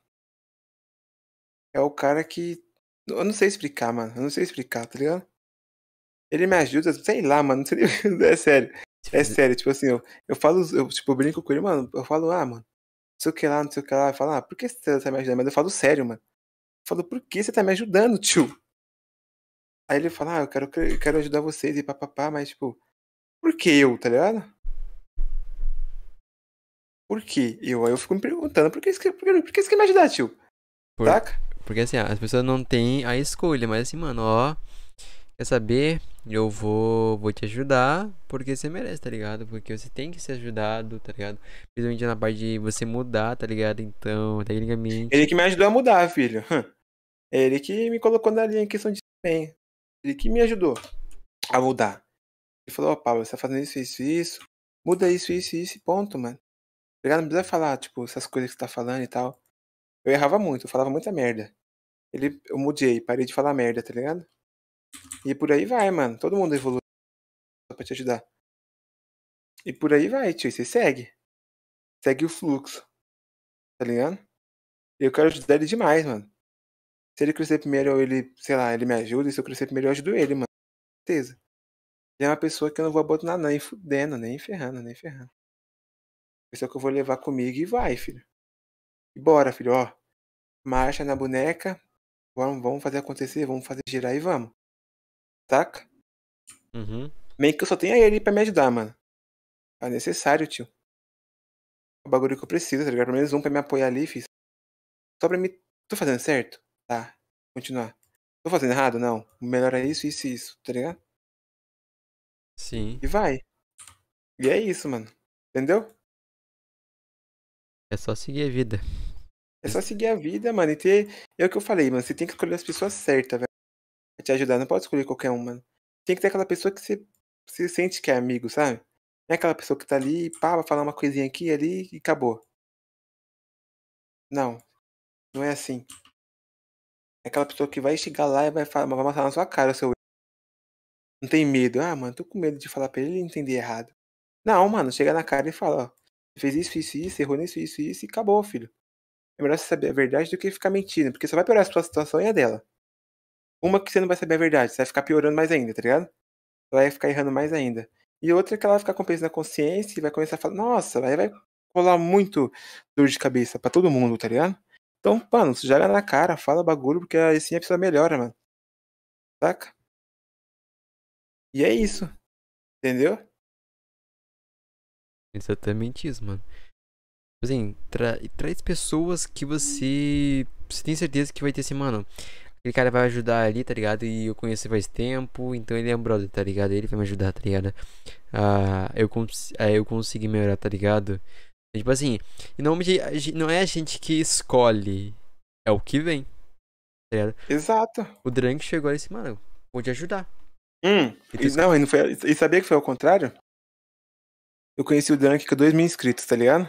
É o cara que. Eu não sei explicar, mano. Eu não sei explicar, tá ligado? Ele me ajuda, sei lá, mano. Não sei nem... É sério. Se É fizer... sério, tipo assim, eu, eu falo, eu tipo, eu brinco com ele, mano. Eu falo, ah, mano, não sei o que lá, não sei o que lá. Eu falo, ah, por que você tá me ajudando? Mas eu falo sério, mano. Eu falo, por que você tá me ajudando, tio? Aí ele fala, ah, eu quero, eu quero ajudar vocês e papapá, mas, tipo, por que eu, tá ligado? Por que eu? Aí eu fico me perguntando, por que você quer, por que, por que você quer me ajudar, tio? Por... Saca? Porque assim, as pessoas não têm a escolha, mas assim, mano, ó. Quer saber? Eu vou, vou te ajudar porque você merece, tá ligado? Porque você tem que ser ajudado, tá ligado? Principalmente na parte de você mudar, tá ligado? Então, Ele tecnicamente. que me ajudou a mudar, filho. É ele que me colocou na linha em questão de bem. Ele que me ajudou a mudar. Ele falou, ó, Pablo, você tá fazendo isso, isso, isso. Muda isso, isso, isso, e ponto, mano. Obrigado, não precisa falar, tipo, essas coisas que você tá falando e tal. Eu errava muito, eu falava muita merda. Ele, eu mudei, parei de falar merda, tá ligado? E por aí vai, mano. Todo mundo evolui pra te ajudar. E por aí vai, tio. Você segue. Segue o fluxo, tá ligado? E eu quero ajudar ele demais, mano. Se ele crescer primeiro, ele, sei lá, ele me ajuda. E se eu crescer primeiro, eu ajudo ele, mano. Com certeza. Ele é uma pessoa que eu não vou abandonar, nem fudendo, nem ferrando, nem ferrando. Pessoa que eu vou levar comigo e vai, filho. E bora, filho, ó. Marcha na boneca. Vamos, vamos fazer acontecer, vamos fazer girar e vamos. Saca? Uhum. Bem que eu só tenho ele pra me ajudar, mano. É necessário, tio. É o bagulho que eu preciso, tá ligado? Pelo menos um pra me apoiar ali, fiz. Só pra me. Tô fazendo certo? Tá. Continuar. Tô fazendo errado? Não. O melhor é isso, isso e isso, tá ligado? Sim. E vai. E é isso, mano. Entendeu? É só seguir a vida. É só seguir a vida, mano. E ter. É o que eu falei, mano. Você tem que escolher as pessoas certas, velho. Pra te ajudar. Não pode escolher qualquer um, mano. Tem que ter aquela pessoa que você, você sente que é amigo, sabe? Não é aquela pessoa que tá ali, pá, vai falar uma coisinha aqui ali e acabou. Não. Não é assim. É aquela pessoa que vai chegar lá e vai, falar, vai matar na sua cara o seu erro. Não tem medo. Ah, mano, tô com medo de falar pra ele e entender errado. Não, mano, chega na cara e fala, ó. Você fez isso, isso, isso, errou nisso, isso, isso e acabou, filho. É melhor você saber a verdade do que ficar mentindo, porque só vai piorar a sua situação e a dela. Uma que você não vai saber a verdade, você vai ficar piorando mais ainda, tá ligado? Vai ficar errando mais ainda. E outra é que ela vai ficar com peso na consciência e vai começar a falar, nossa, aí vai rolar muito dor de cabeça pra todo mundo, tá ligado? Então, mano, você joga na cara, fala bagulho, porque assim a pessoa melhora, mano. Saca? E é isso, entendeu? Exatamente isso, mano. Assim, tra traz pessoas que você. Você tem certeza que vai ter assim, mano. Aquele cara vai ajudar ali, tá ligado? E eu conheço faz tempo, então ele é um brother, tá ligado? Ele vai me ajudar, tá ligado? Ah, eu, cons ah, eu consegui melhorar, tá ligado? É tipo assim, e normalmente a gen- não é a gente que escolhe, é o que vem, tá ligado? Exato. O Drank chegou e disse, mano, vou te ajudar. Hum, E tu e, es- não, e, não foi, e sabia que foi ao contrário? Eu conheci o Dunk com dois mil inscritos, tá ligado?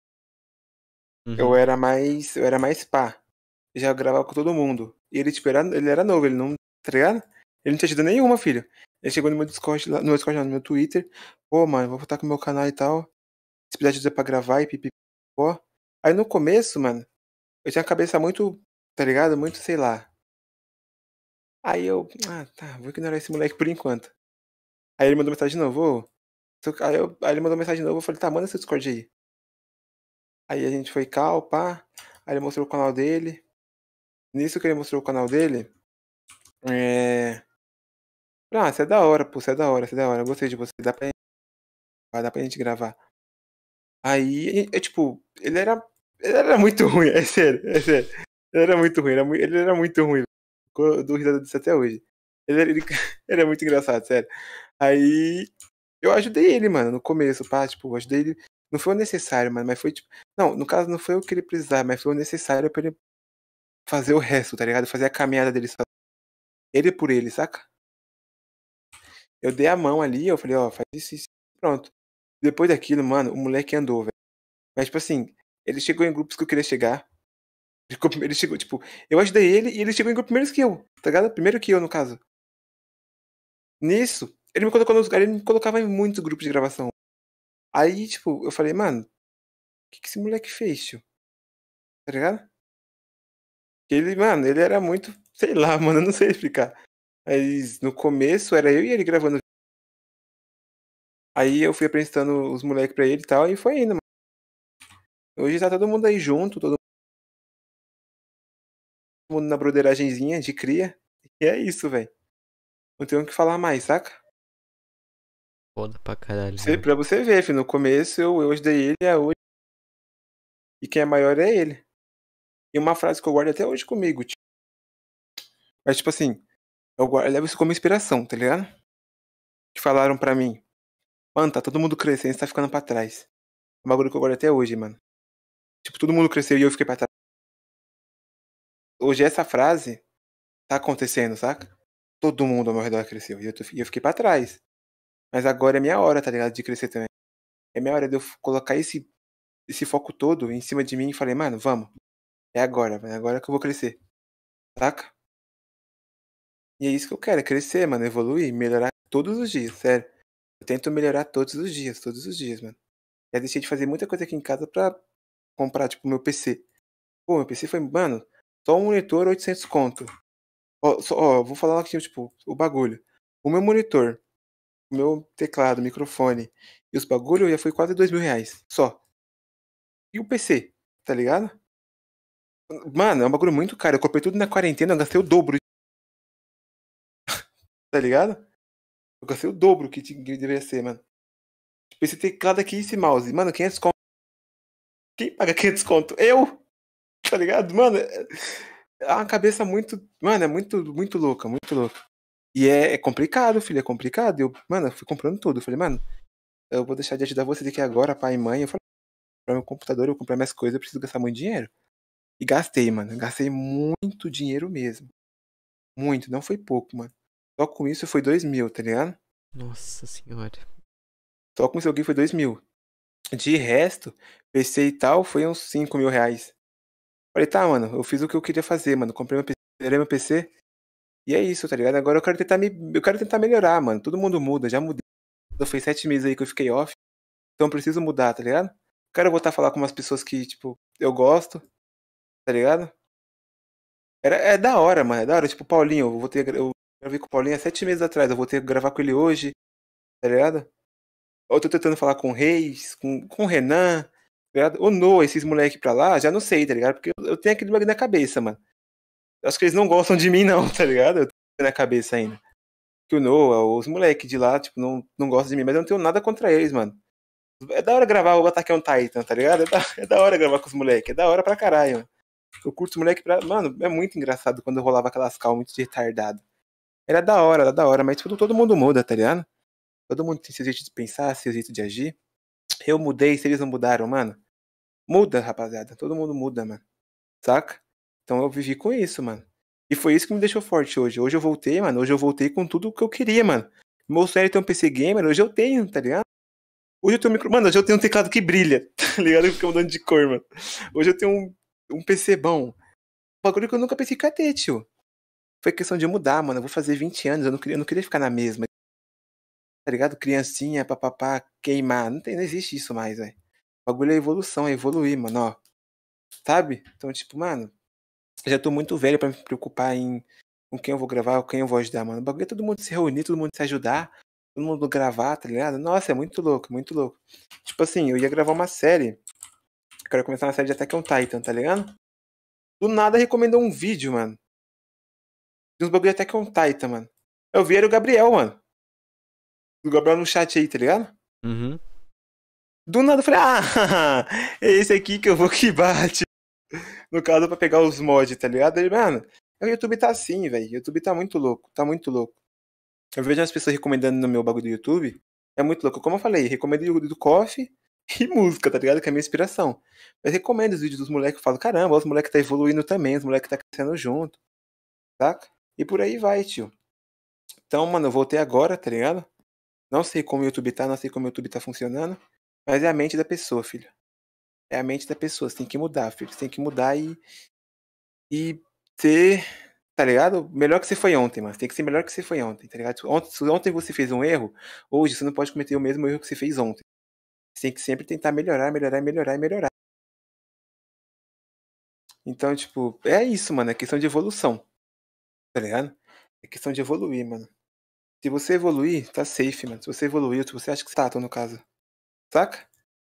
Eu Uhum. era mais. Eu era mais pá. Eu já gravava com todo mundo. E ele, tipo, era, ele era novo, ele não. Tá ligado? Ele não tinha ajuda nenhuma, filho. Ele chegou no meu Discord, lá, no meu Discord, não, no meu Twitter. Pô, mano, vou voltar com o meu canal e tal. Se precisar de ajuda pra gravar e pipi. Pô. Aí no começo, mano, eu tinha a cabeça muito, tá ligado? Muito, sei lá. Aí eu. Ah, tá, vou ignorar esse moleque por enquanto. Aí ele mandou mensagem de novo. Ô, seu- Aí, eu, aí ele mandou mensagem de novo, eu falei, tá, manda seu Discord aí. Aí a gente foi cal, pá. Aí ele mostrou o canal dele. Nisso que ele mostrou o canal dele, é. Ah, você é da hora, pô, você é da hora, você é da hora. Eu gostei de você, dá pra, dá pra gente gravar. Aí, é tipo, ele era. Ele era muito ruim, é sério, é sério. Ele era muito ruim, era mui- ele era muito ruim. Eu dou risada disso até hoje. Ele, era- ele, ele é muito engraçado, sério. Aí eu ajudei ele, mano, no começo, pá, tipo, eu ajudei ele. Não foi o necessário, mano, mas foi tipo. Não, no caso não foi o que ele precisava, mas foi o necessário pra ele fazer o resto, tá ligado? Fazer a caminhada dele só. Ele por ele, saca? Eu dei a mão ali, eu falei, ó, faz isso, isso, pronto. Depois daquilo, mano, o moleque andou, velho. Mas, tipo assim, ele chegou em grupos que eu queria chegar. Ele ficou- ele chegou, tipo, eu ajudei ele e ele chegou em grupo primeiro que eu, tá ligado? Primeiro que eu, no caso. Nisso, ele me colocou nos lugares, ele me colocava em muitos grupos de gravação. Aí, tipo, eu falei, mano, o que, que esse moleque fez, tio? Tá ligado? Ele, mano, ele era muito, sei lá, mano, eu não sei explicar. Mas no começo era eu e ele gravando. Aí eu fui apresentando os moleques pra ele e tal, e foi indo, mano. Hoje tá todo mundo aí junto, todo mundo na brotheragemzinha de cria. E é isso, velho. Não tenho o que falar mais, saca? Foda pra caralho, Você, mano. pra você ver, filho, no começo eu, eu ajudei ele, é hoje. E quem é maior é ele. E uma frase que eu guardo até hoje comigo, tipo. Mas, tipo assim, eu, guardo, eu levo isso como inspiração, tá ligado? Que falaram pra mim, mano, tá todo mundo crescendo, você tá ficando pra trás. É um bagulho que eu guardo até hoje, mano. Tipo, todo mundo cresceu e eu fiquei pra trás. Hoje essa frase tá acontecendo, saca? Todo mundo ao meu redor cresceu e eu, tô- e eu fiquei pra trás. Mas agora é minha hora, tá ligado? De crescer também. É minha hora de eu colocar esse, esse foco todo em cima de mim e falei, mano, vamos. É agora, é agora que eu vou crescer. Saca? E é isso que eu quero, é crescer, mano, evoluir, melhorar todos os dias, sério. Eu tento melhorar todos os dias, todos os dias, mano. Já deixei de fazer muita coisa aqui em casa pra comprar, tipo, meu P C. Pô, meu P C foi, mano, só um monitor, oitocentos conto. Ó, só, ó, vou falar aqui, tipo, o bagulho. O meu monitor, o meu teclado, microfone e os bagulho já foi quase dois mil reais, só. E o P C, tá ligado? Mano, é um bagulho muito caro. Eu comprei tudo na quarentena, eu gastei o dobro, tá ligado? Eu gastei o dobro que, que deveria ser, mano. Tipo, esse teclado aqui e esse mouse. Mano, quinhentos conto. Quem paga quinhentos conto? Eu! Tá ligado? Mano, é é uma cabeça muito. Mano, é muito, muito louca, muito louca. E é, é complicado, filho, é complicado. Eu, mano, eu fui comprando tudo. Eu falei, mano, eu vou deixar de ajudar você daqui agora, pai e mãe. Eu falei, comprar meu computador, eu vou comprar minhas coisas, eu preciso gastar muito dinheiro. E gastei, mano. Gastei muito dinheiro mesmo. Muito, não foi pouco, mano. Só com isso foi dois mil, tá ligado? Nossa senhora. Só com isso aqui foi dois mil. De resto, P C e tal, foi uns cinco mil reais. Falei, tá, mano, eu fiz o que eu queria fazer, mano. Comprei meu P C. melhorei meu P C. E é isso, tá ligado? Agora eu quero tentar me. Eu quero tentar melhorar, mano. Todo mundo muda, já mudei. Foi sete meses aí que eu fiquei off. Então eu preciso mudar, tá ligado? Quero voltar a falar com umas pessoas que, tipo, eu gosto, tá ligado? Era, é da hora, mano. É da hora. Tipo, o Paulinho, eu vou ter. Eu gravei com o Paulinho há sete meses atrás. Eu vou ter que gravar com ele hoje, tá ligado? Eu tô tentando falar com o Reis, com, com o Renan, tá ligado? O Noah, esses moleque pra lá, já não sei, tá ligado? Porque eu, eu tenho aquele bagulho na cabeça, mano. Eu acho que eles não gostam de mim, não, tá ligado? Eu tenho na cabeça ainda. Que o Noah, os moleques de lá, tipo, não, não gostam de mim, mas eu não tenho nada contra eles, mano. É da hora gravar o Attack on Titan, tá ligado? É da, é da hora gravar com os moleques, é da hora pra caralho, mano. Eu curto os moleques pra. Mano, é muito engraçado quando rolava aquelas calmas muito de retardado. Era da hora, era da hora, mas tipo, todo mundo muda, tá ligado? Todo mundo tem seu jeito de pensar, seu jeito de agir. Eu mudei, se eles não mudaram, mano. Muda, rapaziada. Todo mundo muda, mano. Saca? Então eu vivi com isso, mano. E foi isso que me deixou forte hoje. Hoje eu voltei, mano. Hoje eu voltei com tudo o que eu queria, mano. Meu sonho tem um P C gamer, hoje eu tenho, tá ligado? Hoje eu tenho um micro. Mano, hoje eu tenho um teclado que brilha, tá ligado? Que fica mudando de cor, mano. Hoje eu tenho um, um P C bom. Um bagulho que eu nunca pensei que ia ter, tio. Foi questão de mudar, mano. Eu vou fazer vinte anos, eu não queria, eu não queria ficar na mesma. Tá ligado? Criancinha, papapá, queimar. Não, tem, não existe isso mais, velho. O bagulho é evolução, é evoluir, mano, ó. Sabe? Então, tipo, mano, eu já tô muito velho pra me preocupar em com quem eu vou gravar, com quem eu vou ajudar, mano. O bagulho é todo mundo se reunir, todo mundo se ajudar, todo mundo gravar, tá ligado? Nossa, é muito louco, muito louco. Tipo assim, eu ia gravar uma série. Quero começar uma série de Attack on Titan, tá ligado? Do nada recomendou um vídeo, mano. De uns bagulho de Attack on Titan, mano. Eu vi era o Gabriel, mano. O Gabriel no chat aí, tá ligado? Uhum. Do nada eu falei, ah, é esse aqui que eu vou que bate. No caso, pra pegar os mods, tá ligado? Ele, mano, o YouTube tá assim, velho. O YouTube tá muito louco, tá muito louco. Eu vejo as pessoas recomendando no meu bagulho do YouTube. É muito louco. Como eu falei, recomendo o do Coffee e música, tá ligado? Que é a minha inspiração. Mas recomendo os vídeos dos moleques. Eu falo, caramba, os moleques tá evoluindo também, os moleques tá crescendo junto, saca? E por aí vai, tio. Então, mano, eu voltei agora, tá ligado? Não sei como o YouTube tá, não sei como o YouTube tá funcionando. Mas é a mente da pessoa, filho. É a mente da pessoa. Você tem que mudar, filho. Você tem que mudar e. E ser. Tá ligado? Melhor que você foi ontem, mano. Você tem que ser melhor que você foi ontem, tá ligado? Ontem, se ontem você fez um erro, hoje você não pode cometer o mesmo erro que você fez ontem. Você tem que sempre tentar melhorar, melhorar, melhorar e melhorar. Então, tipo, é isso, mano. É questão de evolução. Tá ligado? É questão de evoluir, mano. Se você evoluir, tá safe, mano. Se você evoluiu, se você acha que você tá, tô no caso. Saca?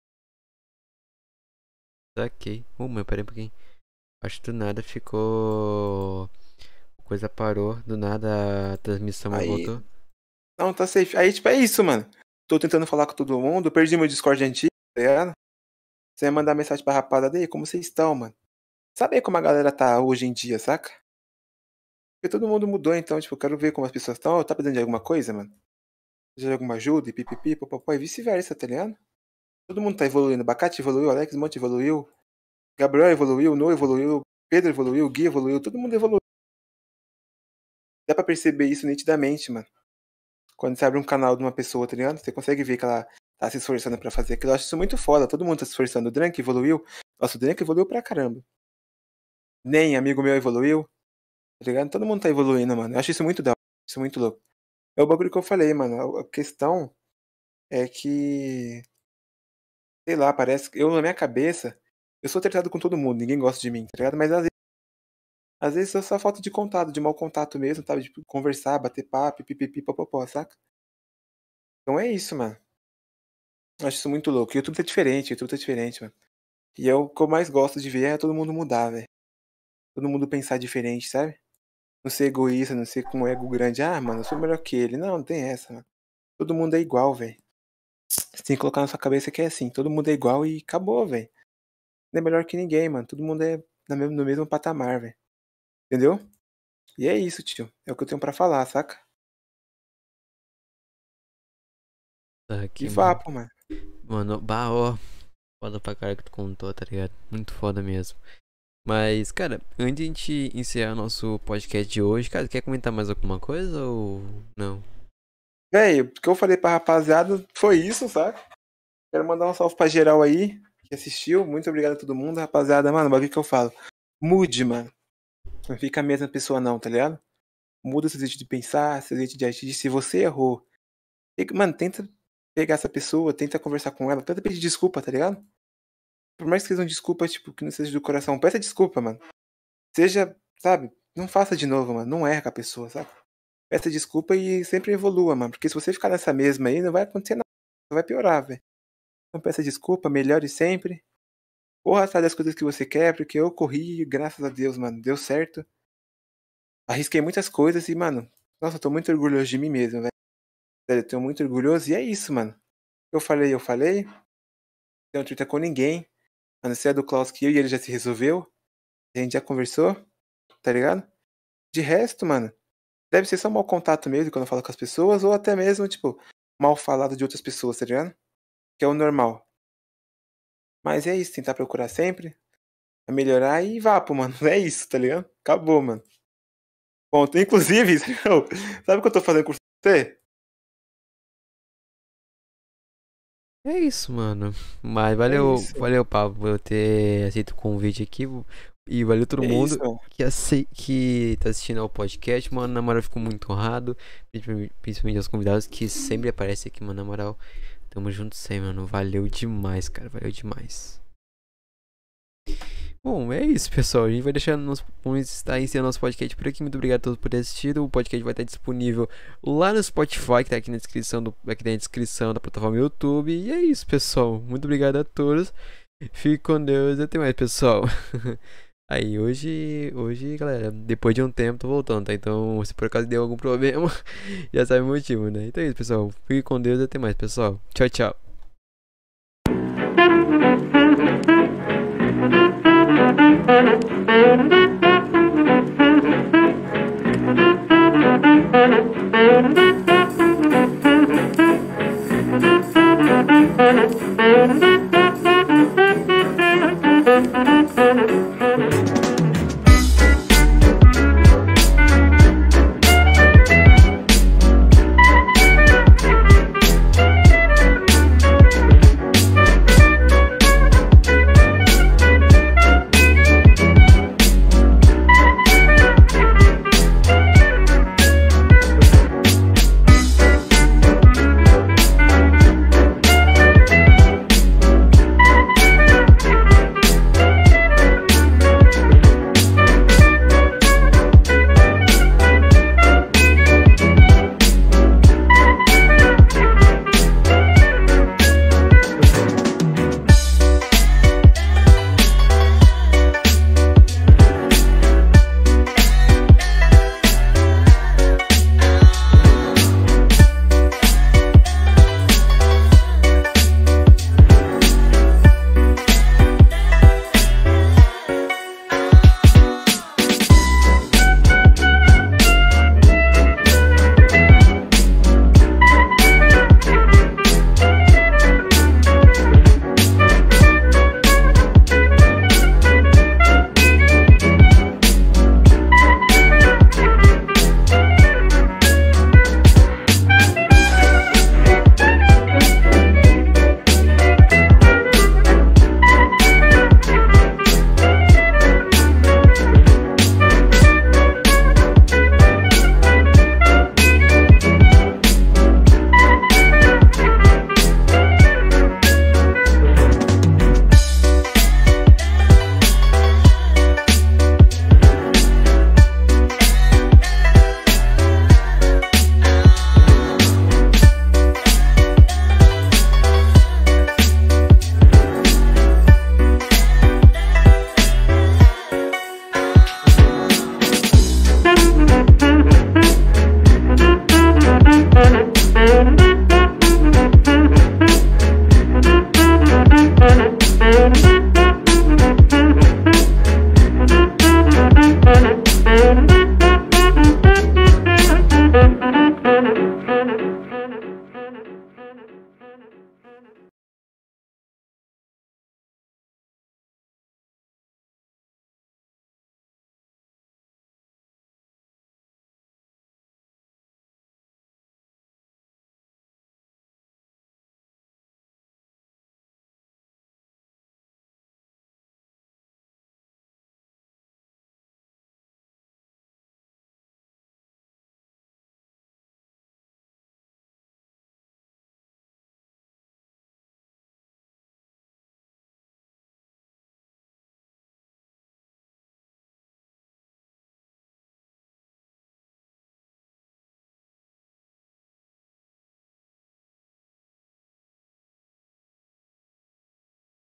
Saquei. Uh, mas peraí um pouquinho. Acho que do nada ficou. A coisa parou. Do nada a transmissão Aí. voltou. Não, tá safe. Aí, tipo, é isso, mano. Tô tentando falar com todo mundo. Perdi meu Discord antigo, tá ligado? Você vai mandar mensagem pra rapaziada aí, como vocês estão, mano? Saber como a galera tá hoje em dia, saca? Porque todo mundo mudou, então, tipo, eu quero ver como as pessoas estão. Tá precisando de alguma coisa, mano? Precisa de alguma ajuda e pipipi, popopó e vice-versa, tá ligado? Todo mundo tá evoluindo. Bacate evoluiu, Alex Monte evoluiu, Gabriel evoluiu, Noah evoluiu, Pedro evoluiu, Gui evoluiu, todo mundo evoluiu. Dá pra perceber isso nitidamente, mano. Quando você abre um canal de uma pessoa, tá ligado? Você consegue ver que ela tá se esforçando pra fazer aquilo. Eu acho isso muito foda. Todo mundo tá se esforçando. O Drank evoluiu. Nossa, o Drank evoluiu pra caramba. Nem amigo meu evoluiu. Tá ligado? Todo mundo tá evoluindo, mano. Eu acho isso muito da hora. Isso é muito louco. É o bagulho que eu falei, mano. A questão é que. Sei lá, parece que eu, na minha cabeça, eu sou tratado com todo mundo. Ninguém gosta de mim, tá ligado? Mas às vezes, às vezes é só falta de contato, de mau contato mesmo, sabe? De conversar, bater papo, pipipi, popopó, saca? Então é isso, mano. Eu acho isso muito louco. O YouTube tá diferente, o YouTube tá diferente, mano. E é o que eu mais gosto de ver é todo mundo mudar, velho. Todo mundo pensar diferente, sabe? Não ser egoísta, não ser com um ego grande. Ah, mano, eu sou melhor que ele. Não, não tem essa, mano. Todo mundo é igual, velho. Você tem que colocar na sua cabeça que é assim. Todo mundo é igual e acabou, velho. Não é melhor que ninguém, mano. Todo mundo é no mesmo, no mesmo patamar, velho. Entendeu? E é isso, tio. É o que eu tenho pra falar, saca? Tá aqui, E mano. vapo, mano. Mano, bah, ó. Foda pra cara que tu contou, tá ligado? Muito foda mesmo. Mas, cara, antes de a gente encerrar nosso podcast de hoje, cara, quer comentar mais alguma coisa ou não? Velho, o que eu falei pra rapaziada foi isso, saca? Quero mandar um salve pra geral aí que assistiu. Muito obrigado a todo mundo, rapaziada. Mano, o bagulho que eu falo. Mude, mano. Não fica a mesma pessoa não, tá ligado? Muda seu jeito de pensar, seu jeito de agir. Se você errou, tem- mano, tenta pegar essa pessoa, tenta conversar com ela, tenta pedir desculpa, tá ligado? Por mais que seja uma desculpa, tipo, que não seja do coração, peça desculpa, mano. Seja, sabe, não faça de novo, mano. Não erra com a pessoa, sabe? Peça desculpa e sempre evolua, mano. Porque se você ficar nessa mesma aí, não vai acontecer nada. Vai piorar, velho. Então peça desculpa, melhore sempre. Corra atrás das coisas que você quer, porque eu corri, graças a Deus, mano. Deu certo. Arrisquei muitas coisas e, mano, nossa, eu tô muito orgulhoso de mim mesmo, velho. Sério, eu tô muito orgulhoso e é isso, mano. Eu falei, eu falei. Não tenho treta com ninguém. Mano, se é do Klaus que eu e ele já se resolveu. A gente já conversou, tá ligado? De resto, mano, deve ser só mau contato mesmo quando eu falo com as pessoas, ou até mesmo, tipo, mal falado de outras pessoas, tá ligado? Que é o normal. Mas é isso, tentar procurar sempre, melhorar e vá, pô, mano. É isso, tá ligado? Acabou, mano. Ponto. Inclusive, sabe o que eu tô fazendo com você? É isso, mano. Mas É valeu, isso. valeu, Pablo, por eu ter aceito o convite aqui. E valeu todo É mundo isso, mano. que, ace... que tá assistindo ao podcast, mano. Na moral, eu fico muito honrado. Principalmente principalmente aos convidados que sempre aparecem aqui, mano. Na moral, tamo junto sempre, mano. Valeu demais, cara. Valeu demais. Bom, é isso, pessoal. A gente vai deixar nosso, vamos estar encerrando nosso podcast por aqui. Muito obrigado a todos por terem assistido. O podcast vai estar disponível lá no Spotify, que tá aqui na descrição do, aqui na descrição da plataforma YouTube. E é isso, pessoal. Muito obrigado a todos. Fique com Deus e até mais, pessoal. Aí, hoje, hoje, galera, depois de um tempo, tô voltando, tá? Então, se por acaso deu algum problema, já sabe o motivo, né? Então é isso, pessoal. Fique com Deus e até mais, pessoal. Tchau, tchau. Thank you.